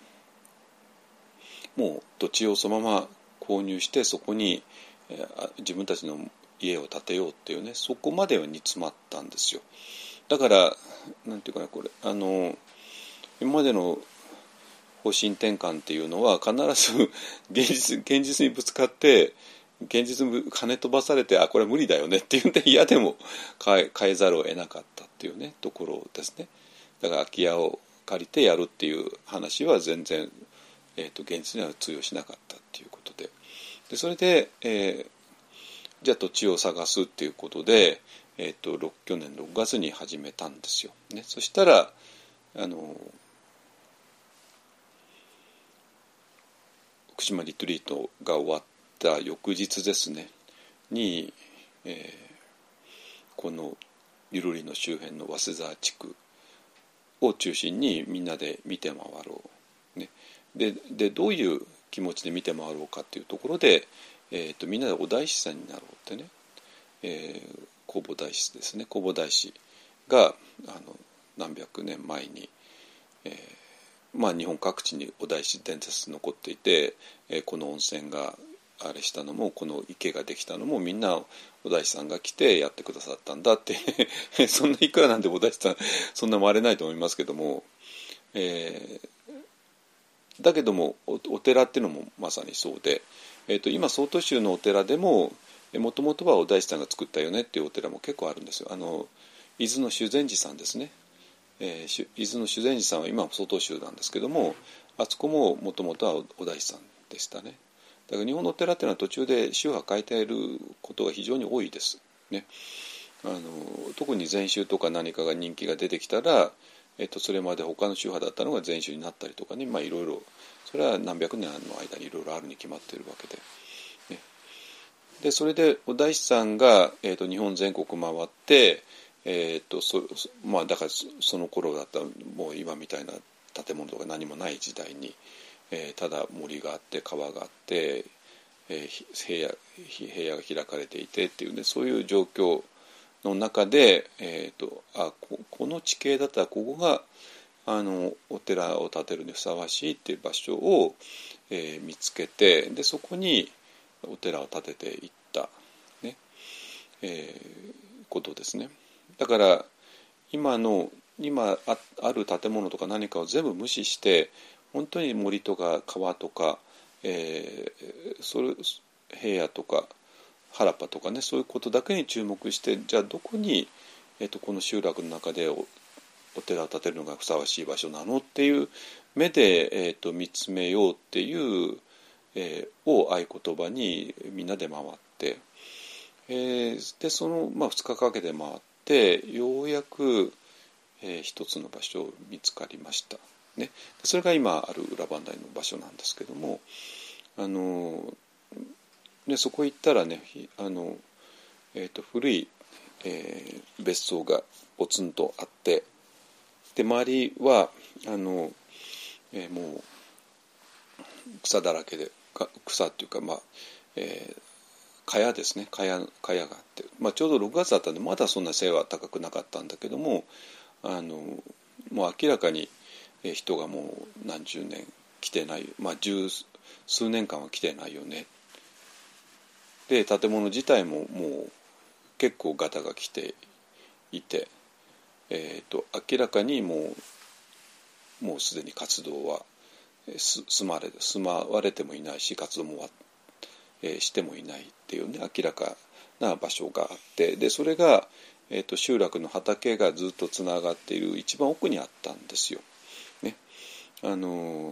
ー、もう土地をそのまま購入してそこに、えー、自分たちの家を建てようっていうねそこまでは煮詰まったんですよ。だからなんていうかなこれあの今までの方針転換っていうのは必ず現実、現実にぶつかって現実に跳ね飛ばされてあこれは無理だよねっていうんで嫌でも変え、変えざるを得なかったっていうねところですね。だから空き家を借りてやるっていう話は全然、えー、と現実には通用しなかったっていうことで、でそれで、えー、じゃあ土地を探すっていうことで、えー、と去年ろくがつに始めたんですよ、ね、そしたらあの島リトリートが終わった翌日ですねに、えー、このゆるりの周辺の早稲沢地区を中心にみんなで見て回ろう、ね、で, でどういう気持ちで見て回ろうかっていうところで、えー、とみんなでお大師さんになろうってね、えー、弘法大師ですね弘法大師があの何百年前に、えーまあ、日本各地にお大師伝説残っていて、えー、この温泉があれしたのもこの池ができたのもみんなお大師さんが来てやってくださったんだってそんないくらなんでお大師さんそんな回れないと思いますけども、えー、だけども お, お寺っていうのもまさにそうで、えー、と今曹洞宗のお寺でももともとはお大師さんが作ったよねっていうお寺も結構あるんですよ。あの伊豆の修善寺さんですね、えー、伊豆の修善寺さんは今は曹洞宗なんですけどもあそこももともとはお大師さんでしたね。だから日本のお寺っていうのは途中で宗派変えていることが非常に多いです、ね、あの特に禅宗とか何かが人気が出てきたら、えっと、それまで他の宗派だったのが禅宗になったりとかね、まあいろいろそれは何百年の間にいろいろあるに決まっているわけで、ね、でそれでお大師さんが、えっと、日本全国回って、えっとそまあ、だからその頃だったらもう今みたいな建物とか何もない時代にえー、ただ森があって川があって、えー、平野、平野が開かれていてっていうねそういう状況の中で、えー、とあ こ, この地形だったらここがあのお寺を建てるにふさわしいっていう場所を、えー、見つけてでそこにお寺を建てていった、ねえー、ことですね。だから今の今 あ, ある建物とか何かを全部無視して本当に森とか川とか、えー、それ平野とか原っぱとかねそういうことだけに注目してじゃあどこに、えー、とこの集落の中で お, お寺を建てるのがふさわしい場所なのっていう目で、えー、と見つめようっていう、えー、を合言葉にみんなで回って、えー、でその、まあ、ふつかかけて回ってようやく、えー、一つの場所見つかりました。ね、それが今ある裏磐梯の場所なんですけどもあの、ね、そこ行ったらねあの、えー、と古い、えー、別荘がポツンとあってで周りはあの、えー、もう草だらけで草っていうかまあ、えー、茅ですね茅があって、まあ、ちょうどろくがつだったんでまだそんな背は高くなかったんだけどもあのもう明らかに人がもう何十年来てない、まあ十数年間は来てないよね。で建物自体ももう結構ガタが来ていて、えー、と明らかにもうもうすでに活動は済まれ済まわれてもいないし活動も、えー、してもいないっていうね明らかな場所があってでそれが、えー、と集落の畑がずっとつながっている一番奥にあったんですよ。ね、あの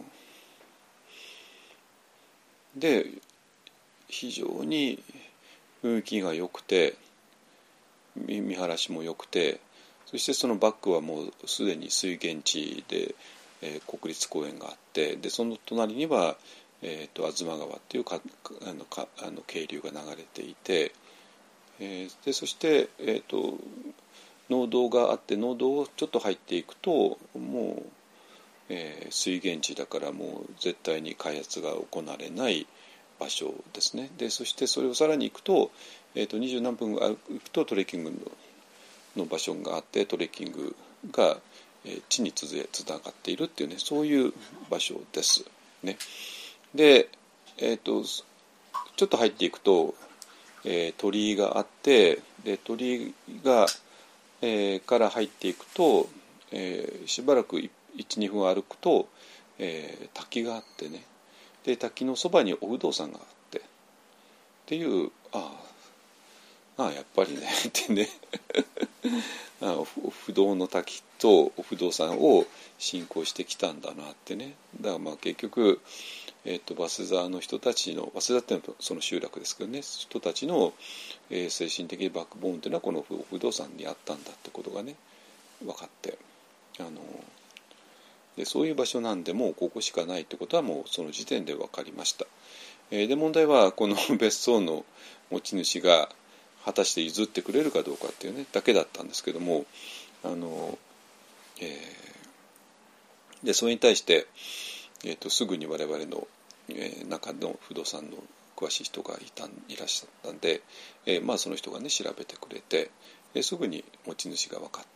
で非常に雰囲気が良くて見晴らしも良くてそしてそのバックはもうすでに水源地で、えー、国立公園があってでその隣には、えー、と吾妻川っていうかあのかあの渓流が流れていて、えー、でそして、えー、と農道があって農道をちょっと入っていくともうえー、水源地だからもう絶対に開発が行われない場所ですね。でそしてそれをさらに行くと、えー、と二十何分歩くとトレッキング の, の場所があってトレッキングが、えー、地につながっているっていうねそういう場所です、ね、で、えー、とちょっと入っていくと、えー、鳥居があってで鳥居が、えー、から入っていくと、えー、しばらくいち、にふん歩くと、えー、滝があってねで滝のそばにお不動産があってっていうああああやっぱりねってねあお不動の滝とお不動産を信仰してきたんだなってねだからまあ結局、えー、と早稲沢の人たちの早稲田ってのはその集落ですけどね人たちの、えー、精神的バックボーンっていうのはこの不動産にあったんだってことがね分かってあのでそういう場所なんでもうここしかないってことはもうその時点で分かりました。えー、で問題はこの別荘の持ち主が果たして譲ってくれるかどうかっていうねだけだったんですけども、あの、えー、でそれに対して、えー、とすぐに我々の、えー、中の不動産の詳しい人がいたいらっしゃったんで、えーまあ、その人がね調べてくれて、えー、すぐに持ち主が分かって、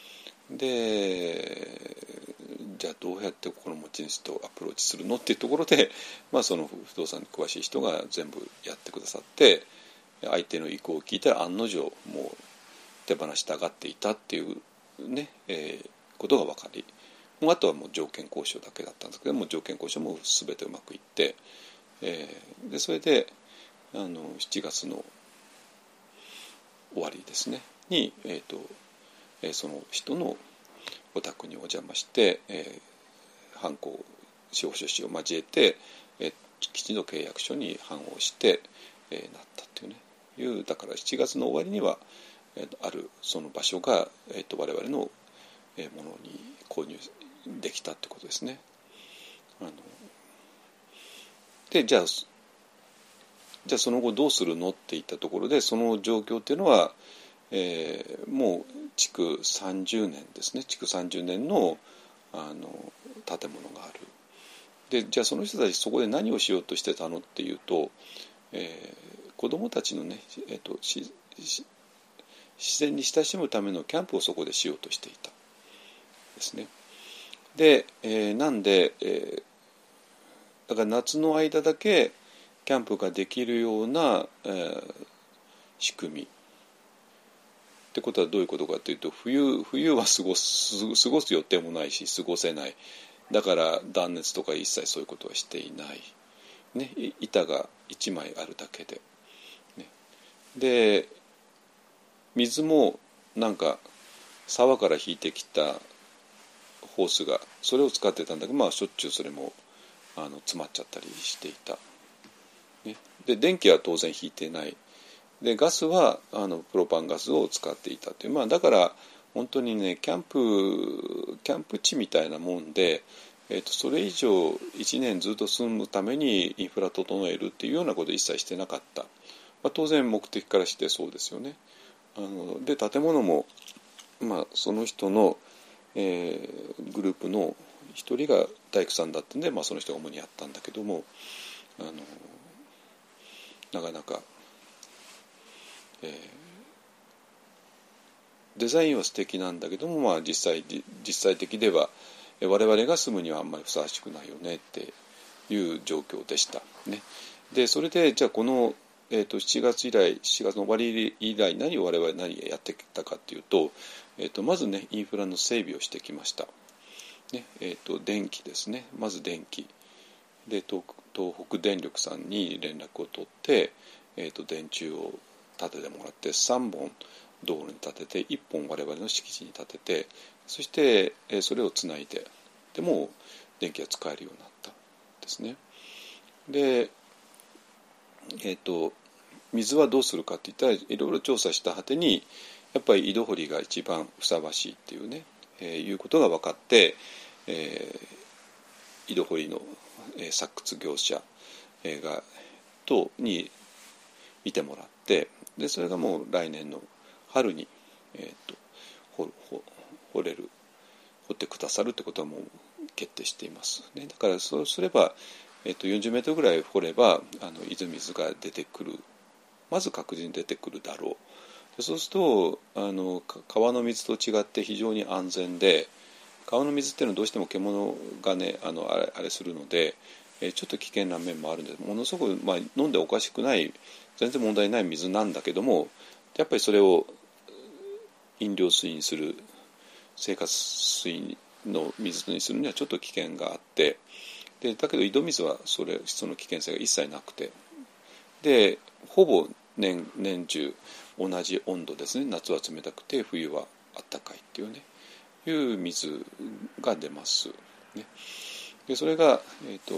でじゃあどうやってこの持ち主とアプローチするのっていうところで、まあ、その不動産に詳しい人が全部やってくださって、相手の意向を聞いたら案の定もう手放したがっていたっていうね、えー、ことが分かり、もうあとはもう条件交渉だけだったんですけども、条件交渉も全てうまくいって、えー、でそれであのしちがつの終わりですねに、えーとえー、その人のお宅にお邪魔して、えー、犯行司法書士を交えて、えー、きちんと契約書に判をして、えー、なったっていうねいうだからしちがつの終わりには、えー、あるその場所が、えー、と我々のものに購入できたってことですね。あのでじゃあじゃあその後どうするのっていったところで、その状況っていうのは、えー、もう築さんじゅうねんですね。築さんじゅうねんの、あの建物がある。でじゃあその人たちそこで何をしようとしてたのっていうと、えー、子どもたちのね、えー、としし自然に親しむためのキャンプをそこでしようとしていたですね。で、えー、なんで、えー、だから夏の間だけキャンプができるような、えー、仕組みってことはどういうことかというと、冬冬は過ごす過ごす予定もないし過ごせない、だから断熱とか一切そういうことはしていない、ね、板がいちまいあるだけで、ね、で水もなんか沢から引いてきたホースがそれを使ってたんだけど、まあしょっちゅうそれもあの詰まっちゃったりしていた、ね、で電気は当然引いてないで、ガスはあのプロパンガスを使っていたという、まあ、だから本当にねキャンプキャンプ地みたいなもんで、えー、とそれ以上いちねんずっと住むためにインフラ整えるっていうようなことを一切してなかった、まあ、当然目的からしてそうですよね。あので建物も、まあ、その人の、えー、グループの一人が大工さんだったんで、まあ、その人が主にやったんだけども、あのなかなかえー、デザインは素敵なんだけども、まあ、実際実際的では我々が住むにはあんまりふさわしくないよねっていう状況でした、ね、でそれでじゃあこの、えー、としちがつ以来しちがつの終わり以来何を我々何やってきたかっていうと、えー、とまずねインフラの整備をしてきました、ねえー、と電気ですね。まず電気で 東, 東北電力さんに連絡を取って、えー、と電柱を立ててもらってさんぼん道路に立てていっぽん我々の敷地に立てて、そしてそれをつないで、でもう電気が使えるようになったんですね。で、えーと、水はどうするかっていったらいろいろ調査した果てにやっぱり井戸掘りが一番ふさわしいっていうね、えー、いうことが分かって、えー、井戸掘りの、えー、採掘業者、えー、がとに見てもらって、でそれがもう来年の春に、えー、と 掘, 掘, 掘れる掘ってくださるってことはもう決定しています、ね、だからそうすれば、えー、とよんじゅうメートルぐらい掘ればあの井戸水が出てくる、まず確実に出てくるだろう。でそうするとあの川の水と違って非常に安全で、川の水っていうのはどうしても獣がねあのあれ、あれするので、えー、ちょっと危険な面もあるんで、ものすごく、まあ、飲んでおかしくない全然問題ない水なんだけども、やっぱりそれを飲料水にする、生活水の水にするにはちょっと危険があって、でだけど井戸水はそれその危険性が一切なくて、でほぼ 年, 年中同じ温度ですね。夏は冷たくて冬はあったかいっていうねいう水が出ます、ね、でそれが、えーと、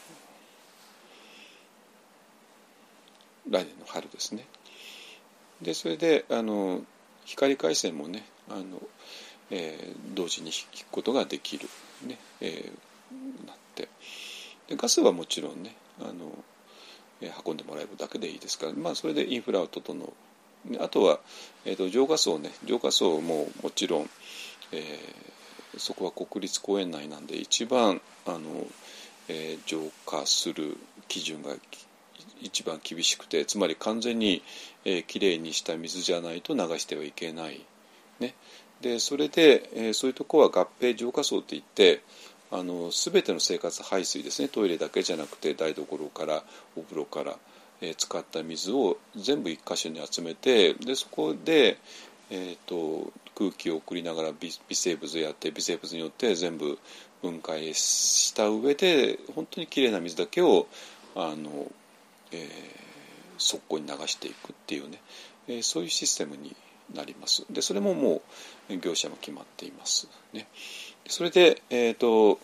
来年の春ですね。でそれであの光回線もねあの、 えー、同時に引くことができる、ねえー、なってでガスはもちろんねあの、えー、運んでもらえるだけでいいですから、まあ、それでインフラを整う。あとは、えー、と浄化層ね浄化層ももちろん、えー、そこは国立公園内なんで一番あの、えー、浄化する基準が一番厳しくて、つまり完全に、えー、きれいにした水じゃないと流してはいけない、ね、でそれで、えー、そういうところは合併浄化層っていってあの全ての生活排水ですね、トイレだけじゃなくて台所からお風呂から、えー、使った水を全部一箇所に集めて、でそこで、えー、と空気を送りながら 微, 微生物やって微生物によって全部分解した上で本当にきれいな水だけをあのえー、側溝に流していくっていうね、えー、そういうシステムになります。でそれももう業者も決まっていますね。それで、えーと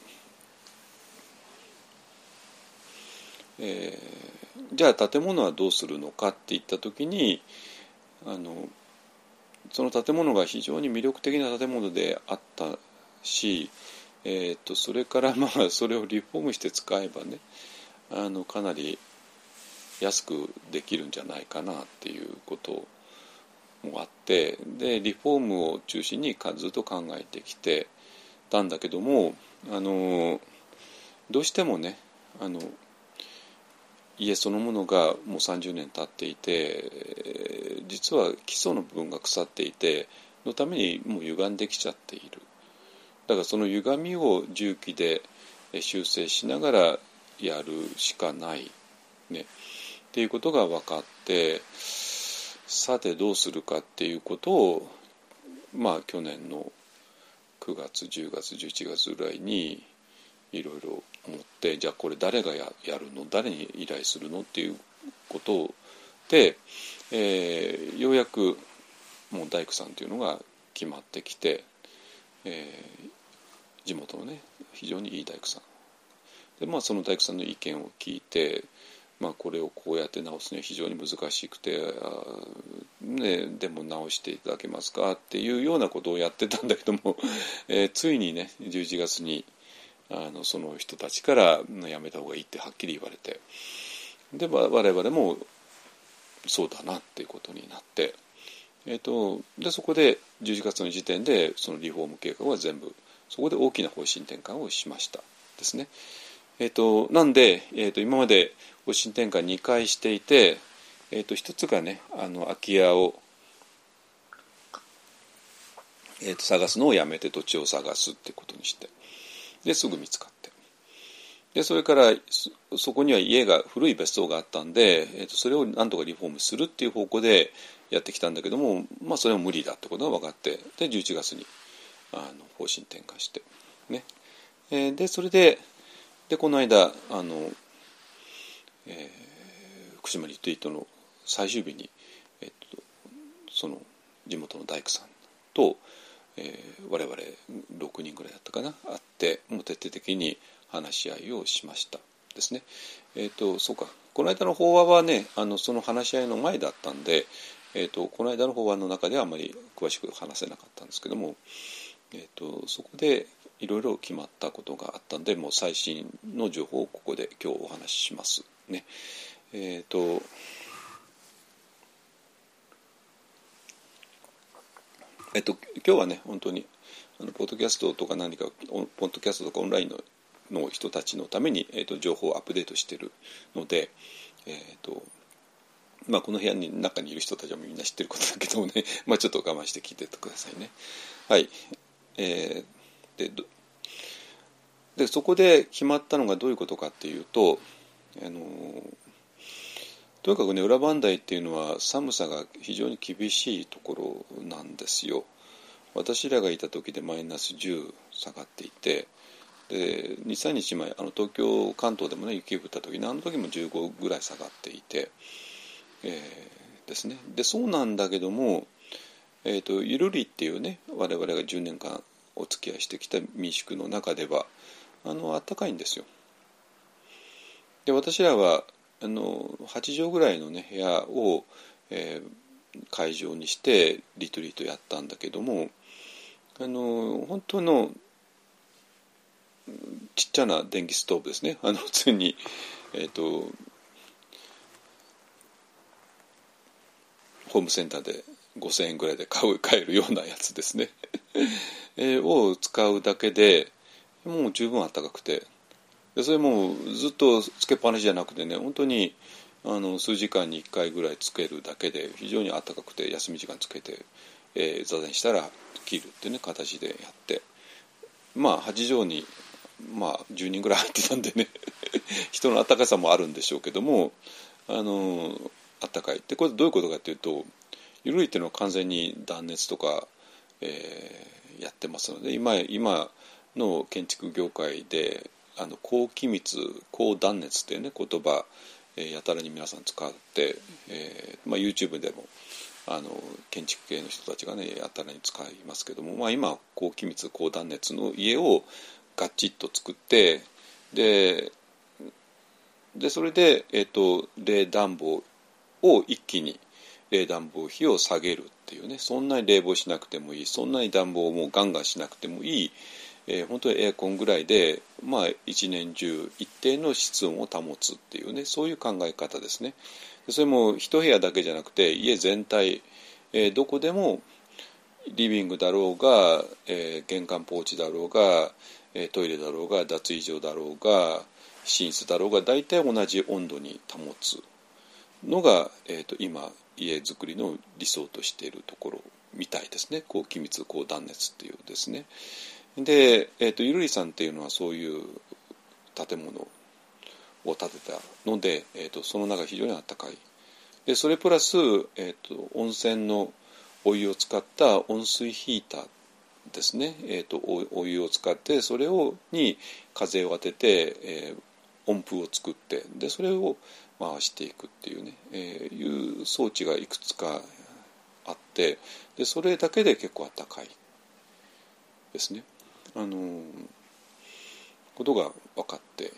えー、じゃあ建物はどうするのかっていった時にあのその建物が非常に魅力的な建物であったし、えーとそれからまあそれをリフォームして使えばねあのかなり安くできるんじゃないかなっていうこともあって、でリフォームを中心にずっと考えてきてたんだけども、あのどうしてもねあの家そのものがもうさんじゅうねん経っていて実は基礎の部分が腐っていてのためにもう歪んできちゃっている。だからその歪みを重機で修正しながらやるしかないねっていうことが分かって、さてどうするかっていうことをまあ去年のくがつじゅうがつじゅういちがつぐらいにいろいろ思って、じゃあこれ誰が や, やるの誰に依頼するのっていうことで、えー、ようやくもう大工さんっていうのが決まってきて、えー、地元のね非常にいい大工さんで、まあ、その大工さんの意見を聞いて、まあ、これをこうやって直すには非常に難しくて、ね、でも直していただけますかっていうようなことをやってたんだけども、えー、ついにねじゅういちがつにあのその人たちからやめた方がいいってはっきり言われて、で我々もそうだなっていうことになって、えー、とでそこでじゅういちがつの時点でそのリフォーム計画は全部そこで大きな方針転換をしましたですね。えー、となんで、えー、と今まで方針転換にかいしていて、えー、とひとつがねあの空き家を、えー、と探すのをやめて土地を探すってことにして、ですぐ見つかって、でそれからそこには家が古い別荘があったんで、えー、とそれを何とかリフォームするっていう方向でやってきたんだけども、まあ、それは無理だってことが分かって、でじゅういちがつにあの方針転換してね、えー、でそれででこの間あの、えー、福島リトリートの最終日に、えー、とその地元の大工さんと、えー、我々ろくにんぐらいだったかな会って、もう徹底的に話し合いをしましたですね。えー、とそうかこの間の法話はねあのその話し合いの前だったんで、えー、とこの間の法話の中ではあまり詳しく話せなかったんですけども、えー、とそこでいろいろ決まったことがあったんで、もう最新の情報をここで今日お話ししますね。えっ、ー、とえっ、ー、と今日はね本当にあのポッドキャストとか何かポッドキャストとかオンラインのの人たちのために、えー、と情報をアップデートしているので、えーとまあ、この部屋の中にいる人たちはみんな知ってることだけどもね、まあ、ちょっと我慢して聞いてってくださいね。はい、えー、ででそこで決まったのがどういうことかっていうと、あのとにかくね裏磐梯っていうのは寒さが非常に厳しいところなんですよ。私らがいた時でマイナスじゅう下がっていて、で にさんにちまえあの東京関東でもね雪降った時にあの時もじゅうごぐらい下がっていて、えー、ですね。でそうなんだけども、えーと、ゆるりっていうね我々がじゅうねんかんお付き合いしてきた民宿の中ではあの暖かいんですよ。で私らはあのはちじょうぐらいの、ね、部屋を、えー、会場にしてリトリートやったんだけども、 あの本当のちっちゃな電気ストーブですね。あの普通に、えーと、ホームセンターでごせんえんぐらいで買う買えるようなやつですね、えー、を使うだけでもう十分暖かくて、でそれもずっとつけっぱなしじゃなくてね、本当にあの数時間にいっかいぐらいつけるだけで非常に暖かくて、休み時間つけて、えー、座禅したら切るっていうね形でやって、まあはち畳にまあじゅうにんぐらい入ってたんでね人の暖かさもあるんでしょうけども、あの暖かいで、これどういうことかというと、ゆるいっていうのは完全に断熱とか、えー、やってますので、今今の建築業界であの高気密高断熱っていうね言葉、えー、やたらに皆さん使って、えーまあ、YouTube でもあの建築系の人たちがねやたらに使いますけども、まあ、今高気密高断熱の家をガチッと作って、ででそれで、えーと、冷暖房を一気に冷暖房費を下げるっていうね、そんなに冷房しなくてもいい、そんなに暖房をもうガンガンしなくてもいい、えー、本当にエアコンぐらいで、まあ、一年中一定の室温を保つっていうね、そういう考え方ですね。それも一部屋だけじゃなくて家全体、えー、どこでもリビングだろうが、えー、玄関ポーチだろうが、えー、トイレだろうが脱衣所だろうが寝室だろうが大体同じ温度に保つのが、えー、と今家づくりの理想としているところみたいですね。高気密高断熱っていうですね。で、えー、とゆるりさんっていうのはそういう建物を建てたので、えー、とその中非常に暖かい。でそれプラス、えー、と温泉のお湯を使った温水ヒーターですね、えー、と お, お湯を使ってそれをに風を当てて、えー、温風を作って、でそれを回していくっていうね、えー、いう装置がいくつかあって、でそれだけで結構暖かいですね、あのー、ことが分かって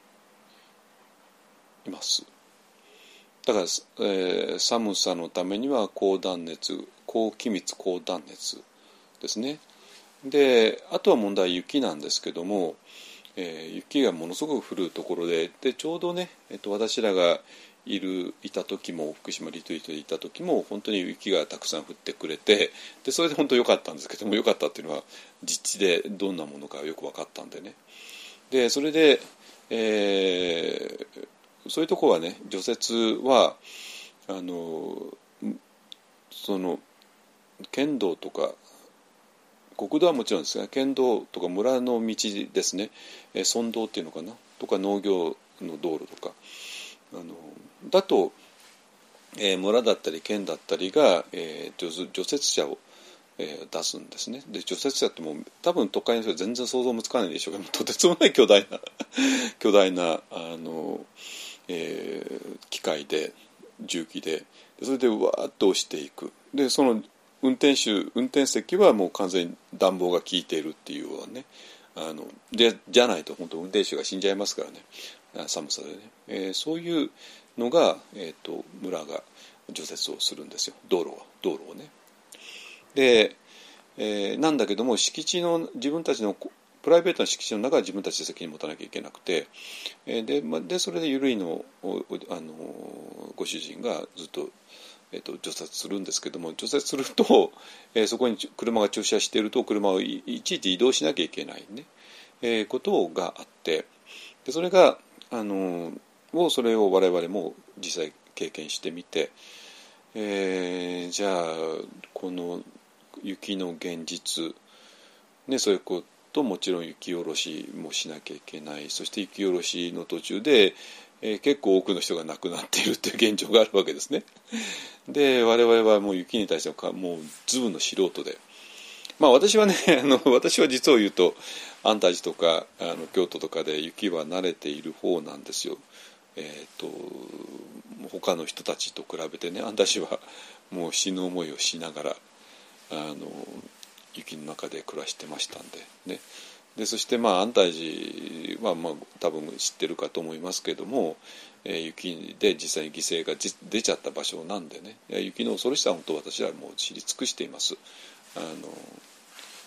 います。だから、えー、寒さのためには高断熱高気密高断熱ですね。であとは問題は雪なんですけども、えー、雪がものすごく降るところで、でちょうどね、えっと、私らがいるいた時も福島リトリートでいた時も本当に雪がたくさん降ってくれて、でそれで本当良かったんですけども、良かったっていうのは実地でどんなものかよく分かったんでね。でそれで、えー、そういうところはね、除雪はあのその県道とか国道はもちろんですが、県道とか村の道ですね、えー、村道っていうのかなとか農業の道路とかあのだと、えー、村だったり県だったりが、えー、除, 除雪車を、えー、出すんですね。で除雪車ってもう多分都会の人は全然想像もつかないでしょうけど、とてつもない巨大な巨大なあの、えー、機械で重機で、それでわーっと押していく。でその運転手運転席はもう完全に暖房が効いているっていうようなね、あの で, じゃないと本当運転手が死んじゃいますからね、寒さでね、えー、そういうのが、えー、と村が除雪をするんですよ、道路は道路をね。で、えー、なんだけども敷地の自分たちのプライベートな敷地の中は自分たちで責任を持たなきゃいけなくて、えー、で, ま、でそれでゆるいのあのご主人がずっとえー、と除雪するんですけども、除雪すると、えー、そこに車が駐車していると車を い, いちいち移動しなきゃいけないね、えー、ことがあって、でそれがあのをそれを我々も実際経験してみて、えー、じゃあこの雪の現実、ね、そういうこともちろん雪下ろしもしなきゃいけない。そして雪下ろしの途中でえー、結構多くの人が亡くなっているという現状があるわけですね。で我々はもう雪に対してはもうズブの素人で、まあ私はねあの私は実を言うと安泰寺とかあの京都とかで雪は慣れている方なんですよ。えー、と他の人たちと比べてね、安泰寺はもう死ぬ思いをしながらあの雪の中で暮らしてましたんでね。でそしてまあ安泰寺はまあ多分知ってるかと思いますけれども、えー、雪で実際に犠牲が出ちゃった場所なんでね、雪の恐ろしさは本当私はもう知り尽くしています。あの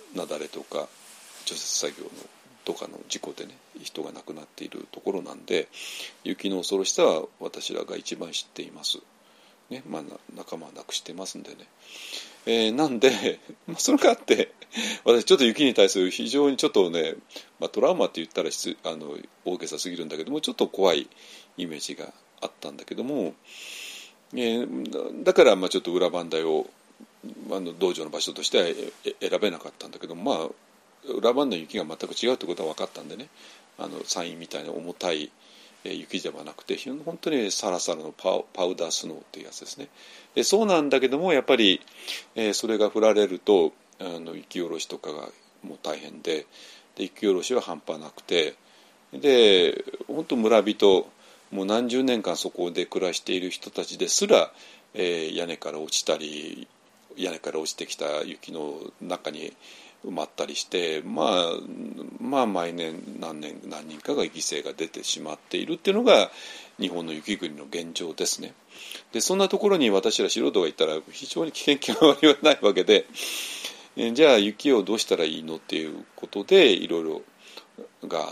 雪崩とか除雪作業のとかの事故でね人が亡くなっているところなんで、雪の恐ろしさは私らが一番知っています、ね、まあ、仲間は亡くしてますんでね、えー、なんで、まあ、それがあって私ちょっと雪に対する非常にちょっとね、まあ、トラウマって言ったらあの大げさすぎるんだけども、ちょっと怖いイメージがあったんだけども、えー、だからまあちょっと裏磐梯をあの道場の場所としては選べなかったんだけど、まあ裏磐梯の雪が全く違うってことは分かったんでね、あの山陰みたいな重たい雪ではなくて本当にサラサラのパウ、パウダースノーっていうやつですね。でそうなんだけどもやっぱり、えー、それが降られるとあの雪下ろしとかがもう大変で、で雪下ろしは半端なくて、で本当村人もう何十年間そこで暮らしている人たちですら、えー、屋根から落ちたり屋根から落ちてきた雪の中に埋まったりして、まあ、まあ毎年何年何人かが犠牲が出てしまっているっていうのが日本の雪国の現状ですね。でそんなところに私ら素人がいたら非常に危険極まりはないわけで、じゃあ雪をどうしたらいいのっていうことでいろいろがあって、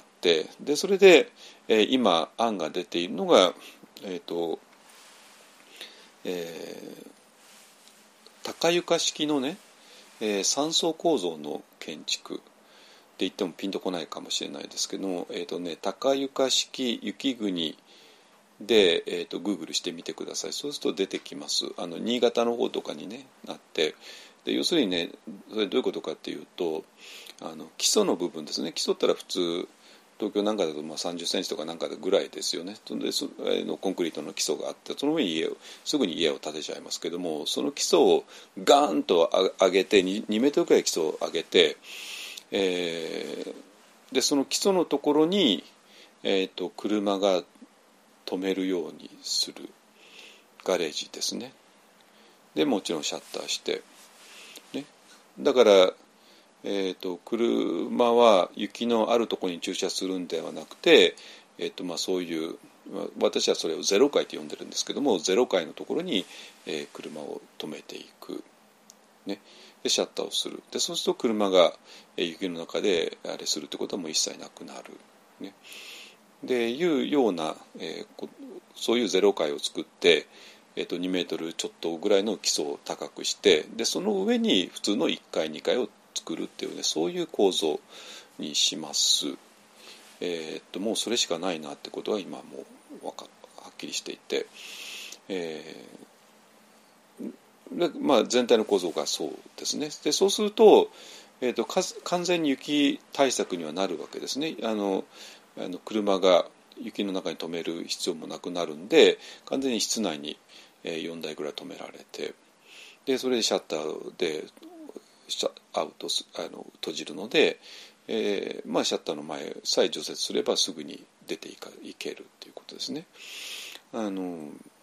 でそれで、えー、今案が出ているのが、えーとえー、高床式のね、えー、さん層構造の建築って言ってもピンとこないかもしれないですけども、えーとね、高床式雪国で、えーと、グーグルしてみてください。そうすると出てきます。あの新潟の方とかにねなって、で要するにねそれどういうことかっていうと、あの基礎の部分ですね。基礎ったら普通東京なんかだとまあさんじゅっセンチとかなんかぐらいですよね。でそのコンクリートの基礎があってその上に家をすぐに家を建てちゃいますけども、その基礎をガーンと上げて 2, 2メートルくらい基礎を上げて、えー、でその基礎のところに、えーと、車が止めるようにするガレージですね。でもちろんシャッターして、ね、だから、えーと、車は雪のあるところに駐車するんではなくて、えーとまあ、そういう私はそれをゼロ階と呼んでるんですけども、ゼロ階のところに、えー、車を止めていく、ね、でシャッターをする。でそうすると車が、えー、雪の中であれするってことはもう一切なくなる、ね、でいうような、えー、そういうゼロ階を作って、えー、とにメートルちょっとぐらいの基礎を高くして、でその上に普通のいっかいにかいを作るっていうね、そういう構造にします。えー、っともうそれしかないなってことは今もうわかはっきりしていて、えーでまあ、全体の構造がそうですね。でそうすると、えー、っと完全に雪対策にはなるわけですね。あのあの車が雪の中に止める必要もなくなるんで、完全に室内によんだいぐらい止められて、でそれでシャッターでシャアウトあの閉じるので、えーまあ、シャッターの前さえ除雪すればすぐに出ていかいけるっていうことですね。あの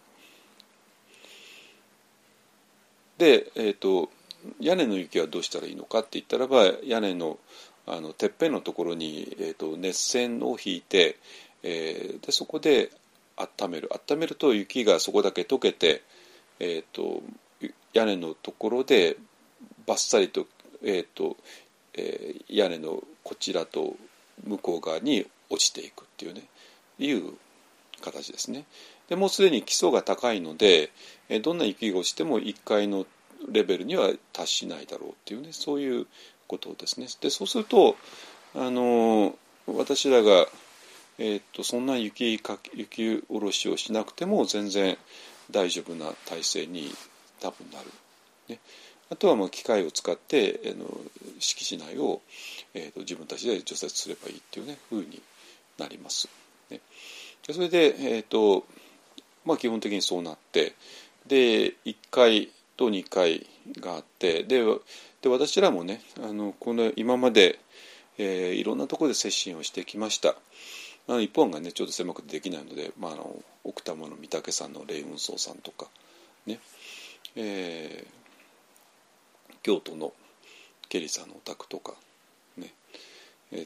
で、えーと、屋根の雪はどうしたらいいのかって言ったらば、屋根のあのてっぺんのところに、えーと、熱線を引いて、えー、でそこで温める温めると雪がそこだけ溶けて、えーと、屋根のところでバッサリと、えーとえー、屋根のこちらと向こう側に落ちていくっていうねいう形ですね。でもうすでに基礎が高いので、えー、どんな雪が落ちてもいっかいのレベルには達しないだろうっていうね、そういうことですね。でそうするとあの私らが、えー、とそんな雪か雪下ろしをしなくても全然大丈夫な体制に多分なる、ね。あとはもう機械を使ってあの敷地内を、えー、と自分たちで除雪すればいいっていうね風になります、ね。でそれで、えーとまあ、基本的にそうなって、でいっかいとにかいがあって、でで私らもねあのこの今まで、えー、いろんなところで接心をしてきました。あの一本がねちょっと狭くてできないので、まあ、あの奥多摩の御嶽山の霊雲荘さんとかね、えー京都のケリさんのお宅とかね、え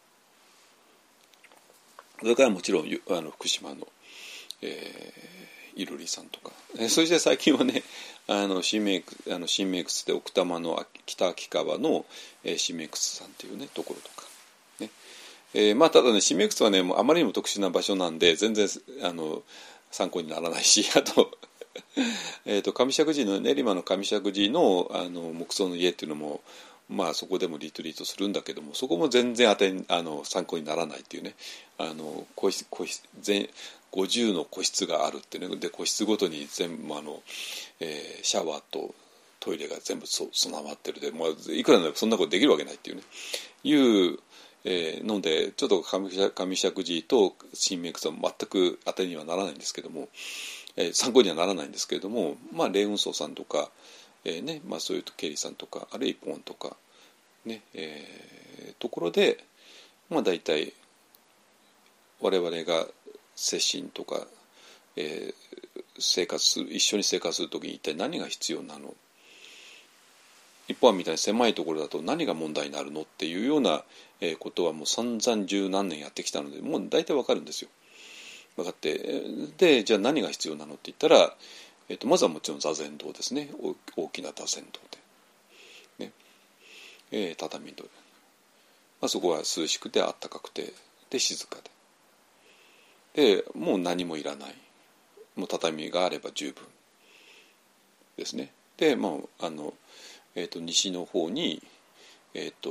それからもちろんあの福島の、えいるりさんとか、えそして最近はねあの新名窟あの新名窟で奥多摩の北秋川の、えー、新名窟さんっていうねところとかね、えー、まあただね新名窟はねもうあまりにも特殊な場所なんで全然あの参考にならないし、あとえと上石神の練馬の上石神のあの木造の家っていうのもまあそこでもリトリートするんだけども、そこも全然当てあの参考にならないっていうね、あの個室個室全ごじゅうの個室があるってね、で個室ごとに全部あの、えー、シャワーとトイレが全部そ備わってるで、まあ、いくらでもそんなことできるわけないっていうねいう、えー、のでちょっと上石神と新名窟は全く当てにはならないんですけども、えー、参考にはならないんですけれども、まあ、霊雲荘さんとか、えーねまあ、そういうケリーさんとかあるいは一本とかね、えー、ところで、まあ、大体我々が接心とか、えー、生活する一緒に生活するときに一体何が必要なの、一方みたいに狭いところだと何が問題になるのっていうようなことはもう散々十何年やってきたのでもう大体わかるんですよ。分かってでじゃあ何が必要なのって言ったら、えー、とまずはもちろん座禅堂ですね。大きな座禅堂で、ねえー、畳戸、まあ、そこは涼しくてあったかくてで静かででもう何もいらない、もう畳があれば十分ですね。で、まああのえー、と西の方に、えー、と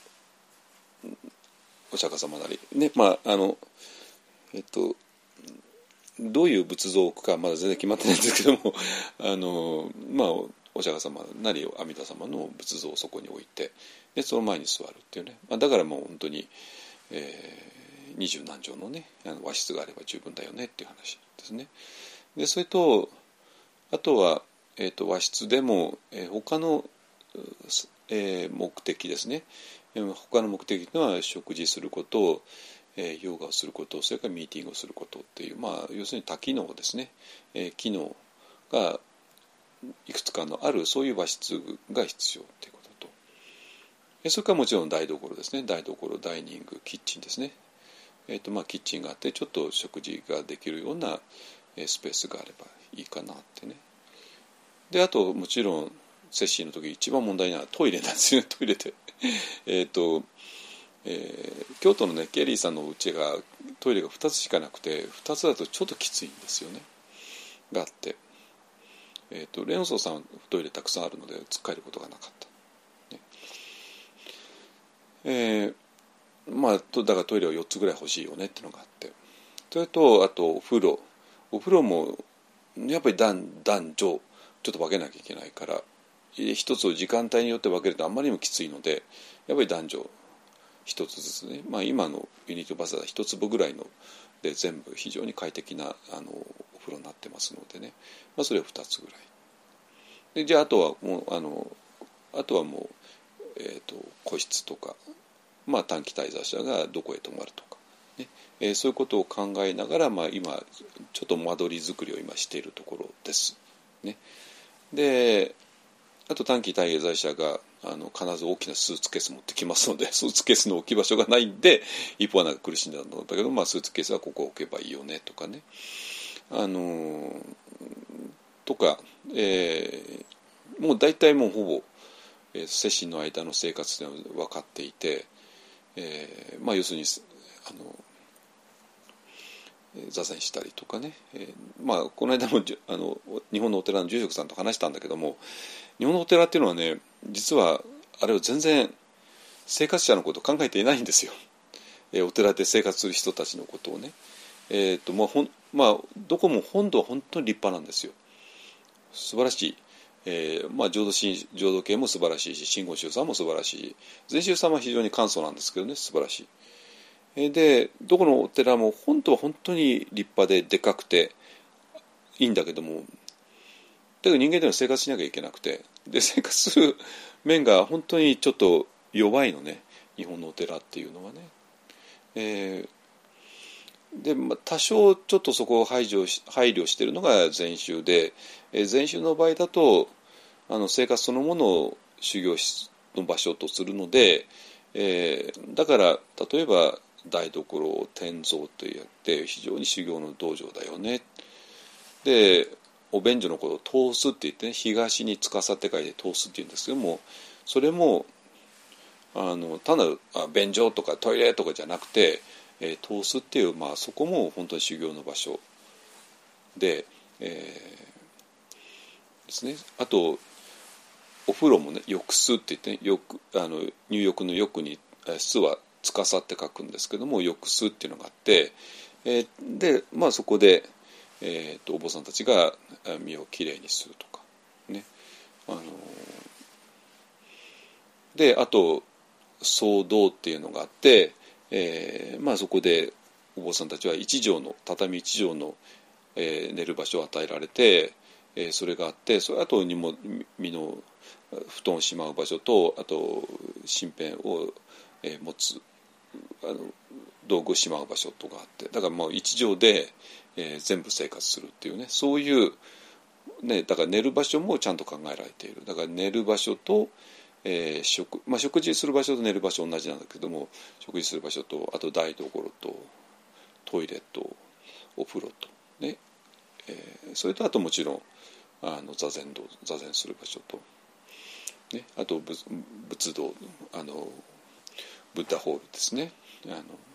お釈迦様なりね、まああのえっ、ー、とどういう仏像を置くかまだ全然決まってないんですけどもあのまあお釈迦様なり阿弥陀様の仏像をそこに置いてでその前に座るっていうね、まあ、だからもう本当に、えー、二十何畳のねあの和室があれば十分だよねっていう話ですね。でそれとあとは、えー、と和室でも、えー、他の、えー、目的ですね。他の目的というのは食事することをえー、ヨガをすること、それからミーティングをすることっていう、まあ、要するに多機能ですね、えー、機能がいくつかのあるそういう和室が必要ということと、えー、それからもちろん台所ですね。台所、ダイニング、キッチンですね。えーとまあ、キッチンがあってちょっと食事ができるような、えー、スペースがあればいいかなってね。であともちろん接心の時一番問題なのはトイレなんですよね。トイレでえっとえー、京都のねケリーさんの家がトイレがふたつしかなくてふたつだとちょっときついんですよねがあって、えーと、レオンソーさんはトイレたくさんあるのでつっかえることがなかった、ねえー、まあだからトイレはよっつぐらい欲しいよねっていうのがあって、それとあとお風呂お風呂もやっぱり男男女ちょっと分けなきゃいけないから一つを時間帯によって分けるとあんまりにもきついのでやっぱり男女一つずつね、まあ、今のユニットバスは一坪ぐらいので全部非常に快適なあのお風呂になってますのでね、まあ、それをふたつぐらいで、じゃああとはもうあのあとはもう、えーと、個室とか、まあ、短期滞在者がどこへ泊まるとか、ねえー、そういうことを考えながら、まあ、今ちょっと間取り作りを今しているところです、ね、であと短期滞在者があの必ず大きなスーツケース持ってきますのでスーツケースの置き場所がないんで一方はなんか苦しんだんだけど、まあ、スーツケースはここ置けばいいよねとかね、あのー、とか、えー、もう大体もうほぼ、えー、接心の間の生活というのは分かっていて、えーまあ、要するにあの座禅したりとかね、えーまあ、この間もあの日本のお寺の住職さんと話したんだけども、日本のお寺っていうのはね実はあれは全然生活者のことを考えていないんですよ、えー、お寺で生活する人たちのことをね、えーとまあほんまあ、どこも本土は本当に立派なんですよ。素晴らしい、えーまあ、浄土真浄土系も素晴らしいし真言宗さんも素晴らしい、禅宗さんは非常に簡素なんですけどね素晴らしい。でどこのお寺も本当は本当に立派ででかくていいんだけども、だけど人間では生活しなきゃいけなくて、で生活する面が本当にちょっと弱いのね日本のお寺っていうのはね、えー、で、まあ、多少ちょっとそこを排除し配慮しているのが禅宗で、えー、禅宗の場合だとあの生活そのものを修行の場所とするので、えー、だから例えば台所を天蔵とやって非常に修行の道場だよね。 でお便所のことを通すって言ってね、東に司って書いて通すって言うんですけども、それもあの単なるあ便所とかトイレとかじゃなくて、えー、通すっていう、まあ、そこも本当に修行の場所で、えー、ですね。あとお風呂もね、浴室って言って、ね、浴あの入浴の浴に室は司って書くんですけども、浴室っていうのがあって、えー、で、まあ、そこで、えー、とお坊さんたちが身をきれいにするとかね、あのであと僧堂っていうのがあって、えーまあ、そこでお坊さんたちは一畳の畳一畳の、えー、寝る場所を与えられて、えー、それがあって、それあとにも身の布団をしまう場所と、あと身辺を、えー、持つあの道具をしまう場所とかあって、だからもう一畳で、えー、全部生活するっていうね、そういう、ね、だから寝る場所もちゃんと考えられている。だから寝る場所と、えー 食, まあ、食事する場所と寝る場所同じなんだけども、食事する場所と、あと台所とトイレとお風呂とね、えー、それとあともちろんあの座禅道座禅する場所と、ね、あと 仏, 仏道あのブッダホールですね、あの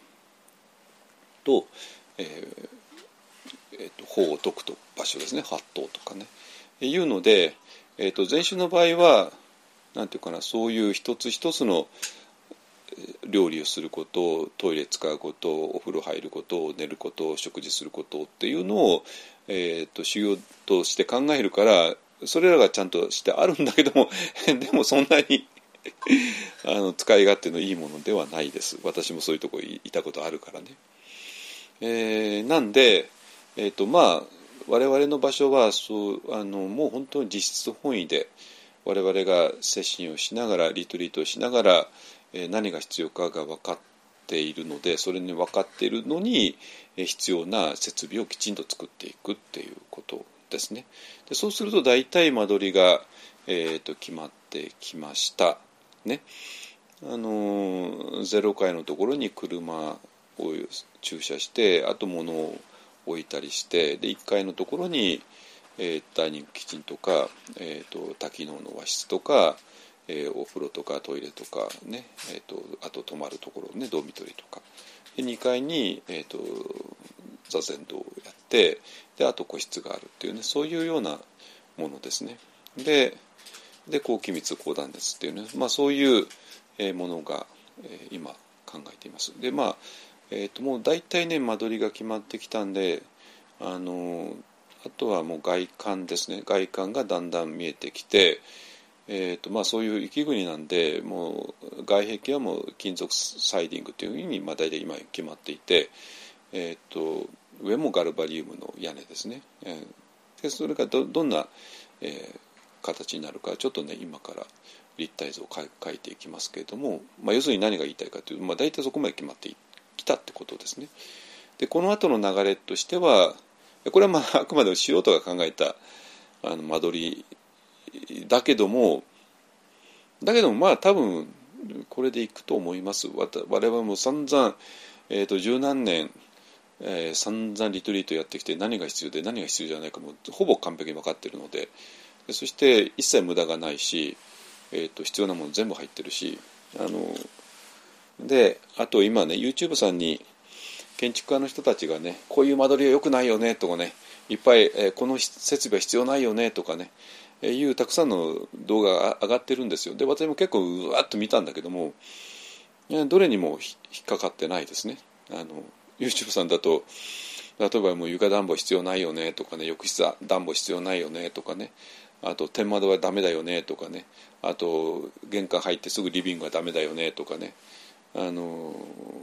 と、えーえー、と法を説くと場所ですね、八塔とかね、えー、いうので、えー、と禅宗の場合はなんていうかな、そういう一つ一つの料理をすること、トイレ使うこと、お風呂入ること、寝ること、食事することっていうのを、えー、と修行として考えるから、それらがちゃんとしてあるんだけどもでもそんなにあの使い勝手のいいものではないです。私もそういうところにいたことあるからね。えー、なんで、えーとまあ、我々の場所はそうあのもう本当に実質本位で我々が接心をしながらリトリートをしながら、えー、何が必要かが分かっているので、それに分かっているのに、えー、必要な設備をきちんと作っていくっていうことですね。でそうすると大体間取りが、えー、と決まってきましたね。あのー、ゼロ階のところに車を駐車して、あと物を置いたりして、でいっかいのところにえー、ダイニングキッチンとか、えー、と多機能の和室とか、えー、お風呂とかトイレとかね、えー、とあと泊まるところね、ドミトリーとかでにかいに、えー、と座禅道をやって、であと個室があるっていうね、そういうようなものですね。でで高気密高断熱っていうね、まあ、そういうものが、えー、今考えています。でまあ、えー、ともう大体ね間取りが決まってきたんで、あのあとはもう外観ですね。外観がだんだん見えてきて、えーとまあ、そういう雪国なんで、もう外壁はもう金属サイディングというふうに、まあ、大体今決まっていて、えーと上もガルバリウムの屋根ですね。えー、でそれが ど, どんな、えー、形になるかちょっとね今から立体図を描いていきますけれども、まあ、要するに何が言いたいかというと、まあ、大体そこまで決まってきたってことですね。でこの後の流れとしては、これはまああくまでも素人が考えたあの間取りだけどもだけどもまあ多分これでいくと思います。我々も散々、えー、と十何年、えー、散々リトリートやってきて、何が必要で何が必要じゃないかもほぼ完璧に分かっているので、でそして一切無駄がないし、えー、と必要なもの全部入ってるし、あのであと今ね YouTube さんに建築家の人たちがね、こういう間取りは良くないよねとかね、いっぱい、えー、この設備は必要ないよねとかね、えー、いうたくさんの動画が上がってるんですよ。で私も結構うわっと見たんだけども、どれにも引っかかってないですね。あの YouTube さんだと例えばもう床暖房必要ないよねとかね、浴室暖房必要ないよねとかね、あと天窓はダメだよねとかね、あと玄関入ってすぐリビングはダメだよねとかね、あの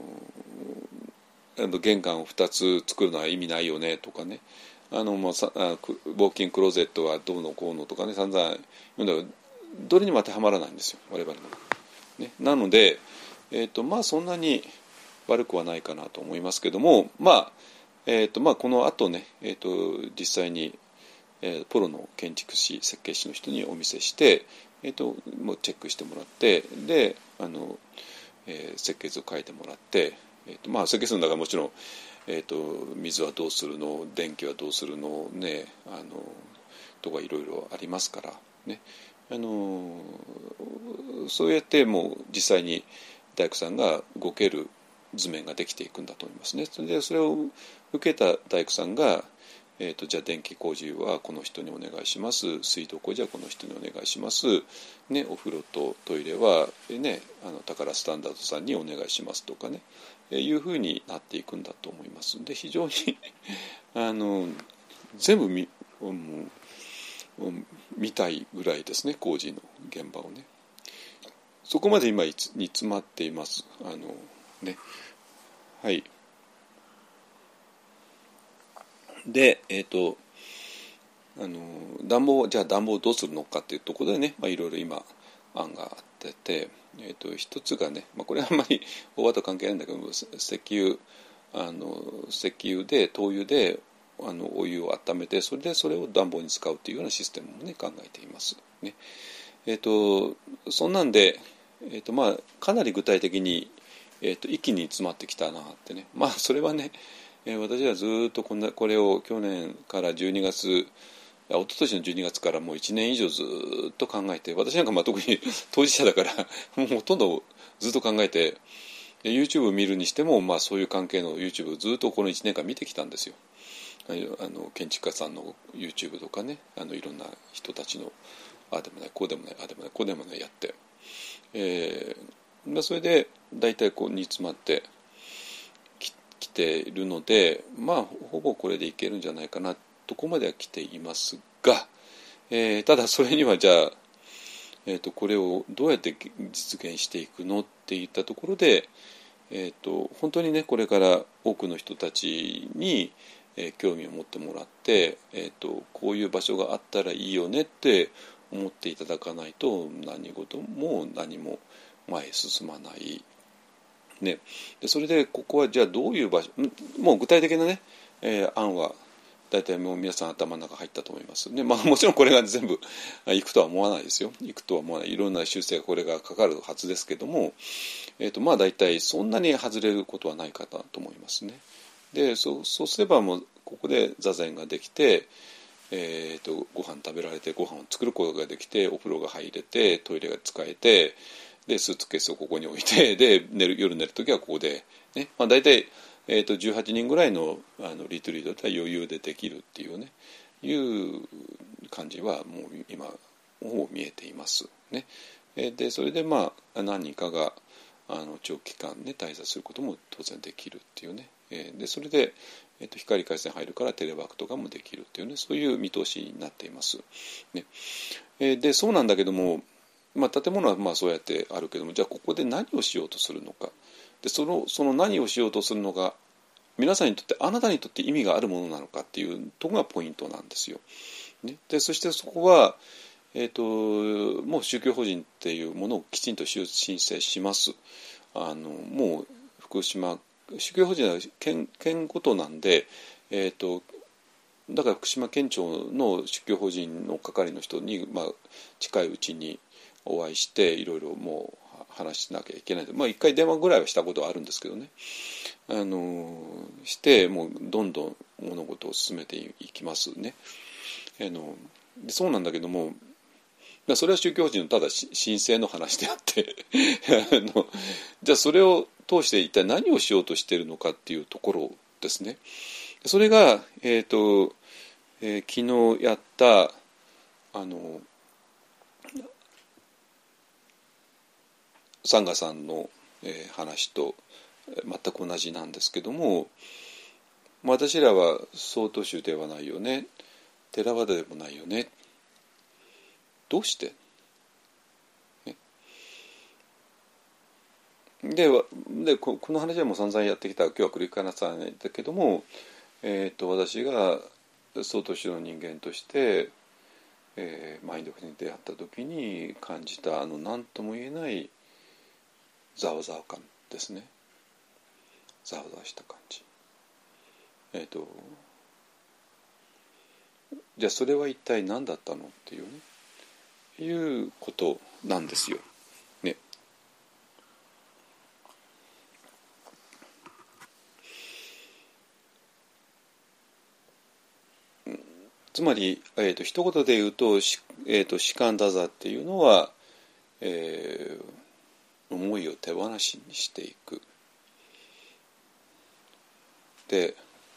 玄関をふたつ作るのは意味ないよねとかね、あのもうさあウォーキングクローゼットはどうのこうのとかね、散々どれにも当てはまらないんですよ我々の、ね、なので、えーとまあ、そんなに悪くはないかなと思いますけども、まあえーとまあ、この後ね、えーと実際に、えー、プロの建築士設計士の人にお見せして、えーともうチェックしてもらって、であの、えー、設計図を書いてもらって、えーとまあ、設計するんだからもちろん、 えー、と水はどうするの、電気はどうするの、ね、あのとかいろいろありますから、ね、あのそうやってもう実際に大工さんが動ける図面ができていくんだと思いますね。でそれを受けた大工さんが、えー、とじゃあ電気工事はこの人にお願いします、水道工事はこの人にお願いします、ね、お風呂とトイレは、ね、あの宝スタンダードさんにお願いしますとかね、えー、いうふうになっていくんだと思います。で非常にあの全部見、もう見たいぐらいですね、工事の現場をね。そこまで今に詰まっています。あのね、はい。で、えっと、あの暖房、じゃあ暖房をどうするのかっていうところでね、まあ、いろいろ今案があってて、えっと、一つがね、まあ、これはあんまり大和と関係ないんだけど、石油、あの石油で灯油であのお湯を温めて、それでそれを暖房に使うというようなシステムもね考えていますね。えっとそんなんで、えっとまあかなり具体的に、えっと一気に詰まってきたなってね。まあそれはね、えー、私はずっとこんなこれを去年からじゅうにがつ、一昨年のじゅうにがつからもういちねん以上ずっと考えて、私なんかまあ特に当事者だからもうほとんどずっと考えて、YouTube 見るにしても、まあ、そういう関係の YouTube をずっとこのいちねんかん見てきたんですよ。あの建築家さんの YouTube とかね、あのいろんな人たちのああでもないこうでもないああでもないこうでもないやって、えー、それで大体こう煮詰まってききているので、まあほぼこれでいけるんじゃないかなとこまでは来ていますが、えー、ただそれにはじゃあ、えー、とこれをどうやって実現していくのっていったところで、えー、と本当にねこれから多くの人たちに、えー、興味を持ってもらって、えー、とこういう場所があったらいいよねって思っていただかないと何事も何も前へ進まない、ね、でそれでここはじゃあどういう場所、もう具体的なね、えー、案は大体もう皆さん頭の中入ったと思います。で、まあ、もちろんこれが全部いくとは思わないですよ。いくとは思わない。いろんな修正がこれがかかるはずですけども、えーとまあ、大体そんなに外れることはないかなと思いますね。で そ, そうすればもうここで座禅ができて、えーとご飯食べられてご飯を作ることができてお風呂が入れてトイレが使えてでスーツケースをここに置いてで寝る夜寝るときはここで、ねまあ、大体えー、とじゅうはちにんぐらい の, あのリトリートでは余裕でできるっていうねいう感じはもう今もう見えていますね。でそれでまあ何人かがあの長期間ね滞在することも当然できるっていうね。でそれで、えー、と光回線入るからテレワークとかもできるっていうねそういう見通しになっています。ね、でそうなんだけども、まあ、建物はまあそうやってあるけどもじゃあここで何をしようとするのか。で そ, のその何をしようとするのが皆さんにとってあなたにとって意味があるものなのかっていうところがポイントなんですよ。ね、でそしてそこは、えー、ともう宗教法人っていうものをきちんと申請します。あのもう福島宗教法人は 県, 県ごとなんで、えー、とだから福島県庁の宗教法人の係の人に、まあ、近いうちにお会いしていろいろもう話しなきゃいけない。まあ一回電話ぐらいはしたことはあるんですけどね。あのしてもうどんどん物事を進めていきますね。あのそうなんだけども、それは宗教法人のただ申請の話であってあのじゃあそれを通して一体何をしようとしているのかっていうところですね。それが、えーとえー、昨日やったあのサンガさんの、えー、話と全く同じなんですけども、私らは曹洞宗ではないよね、テラワダでもないよね、どうして、ね、でで こ, この話はもう散々やってきた、今日は繰り返さないんだけども、えー、と私が曹洞宗の人間として、えー、マインドフルに出会った時に感じたあの何とも言えないざわざわ感ですね。ざわざわした感じ。えっとじゃあそれは一体何だったのっていうねいうことなんですよ。ね。 つまり、えー、と一言で言うと、えー、と士官打座っていうのは、えー、思いを手放しにしていく。で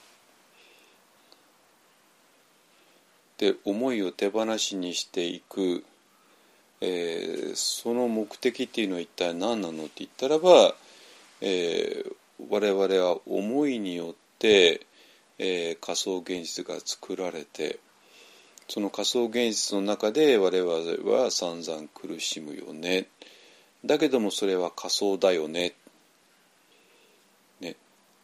で思いを手放しにしていく、えー、その目的っていうのは一体何なのって言ったらば、えー、我々は思いによって、えー、仮想現実が作られて、その仮想現実の中で我々は散々苦しむよね。だけどもそれは仮想だよね。ね。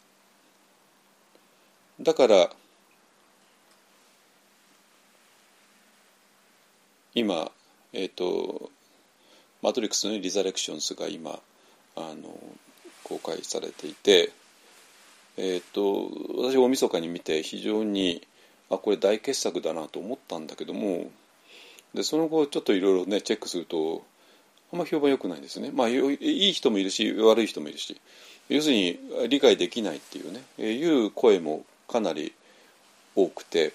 だから今、えっと、マトリックスのリザレクションズが今あの公開されていて、えっと、私大晦日に見て非常にあこれ大傑作だなと思ったんだけども、でその後ちょっといろいろねチェックするとあんま評判良くないんですね。まあいい人もいるし悪い人もいるし、要するに理解できないっていうね、えー、いう声もかなり多くて、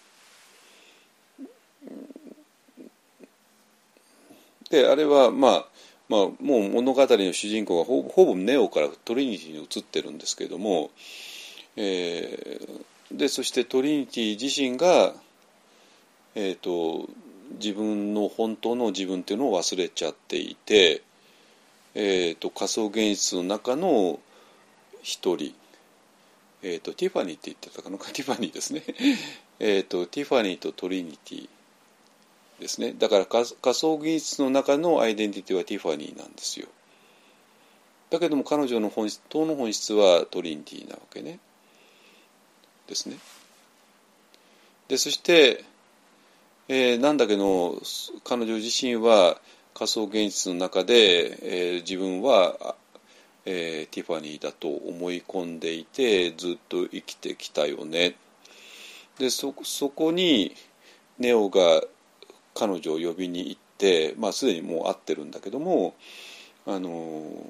であれはまあまあもう物語の主人公がほぼ、ほぼネオからトリニティに移ってるんですけれども、えー、でそしてトリニティ自身がえーと自分の本当の自分っていうのを忘れちゃっていて、えー、と仮想現実の中の一人、えー、とティファニーって言ってたかな、ティファニーですねえとティファニーとトリニティですね。だから仮想現実の中のアイデンティティはティファニーなんですよ。だけども彼女の本質、当の本質はトリニティなわけねですね。でそしてえー、なんだけど彼女自身は仮想現実の中で、えー、自分は、えー、ティファニーだと思い込んでいてずっと生きてきたよね。で そ, そこにネオが彼女を呼びに行って、まあ、すでにもう会ってるんだけども、あの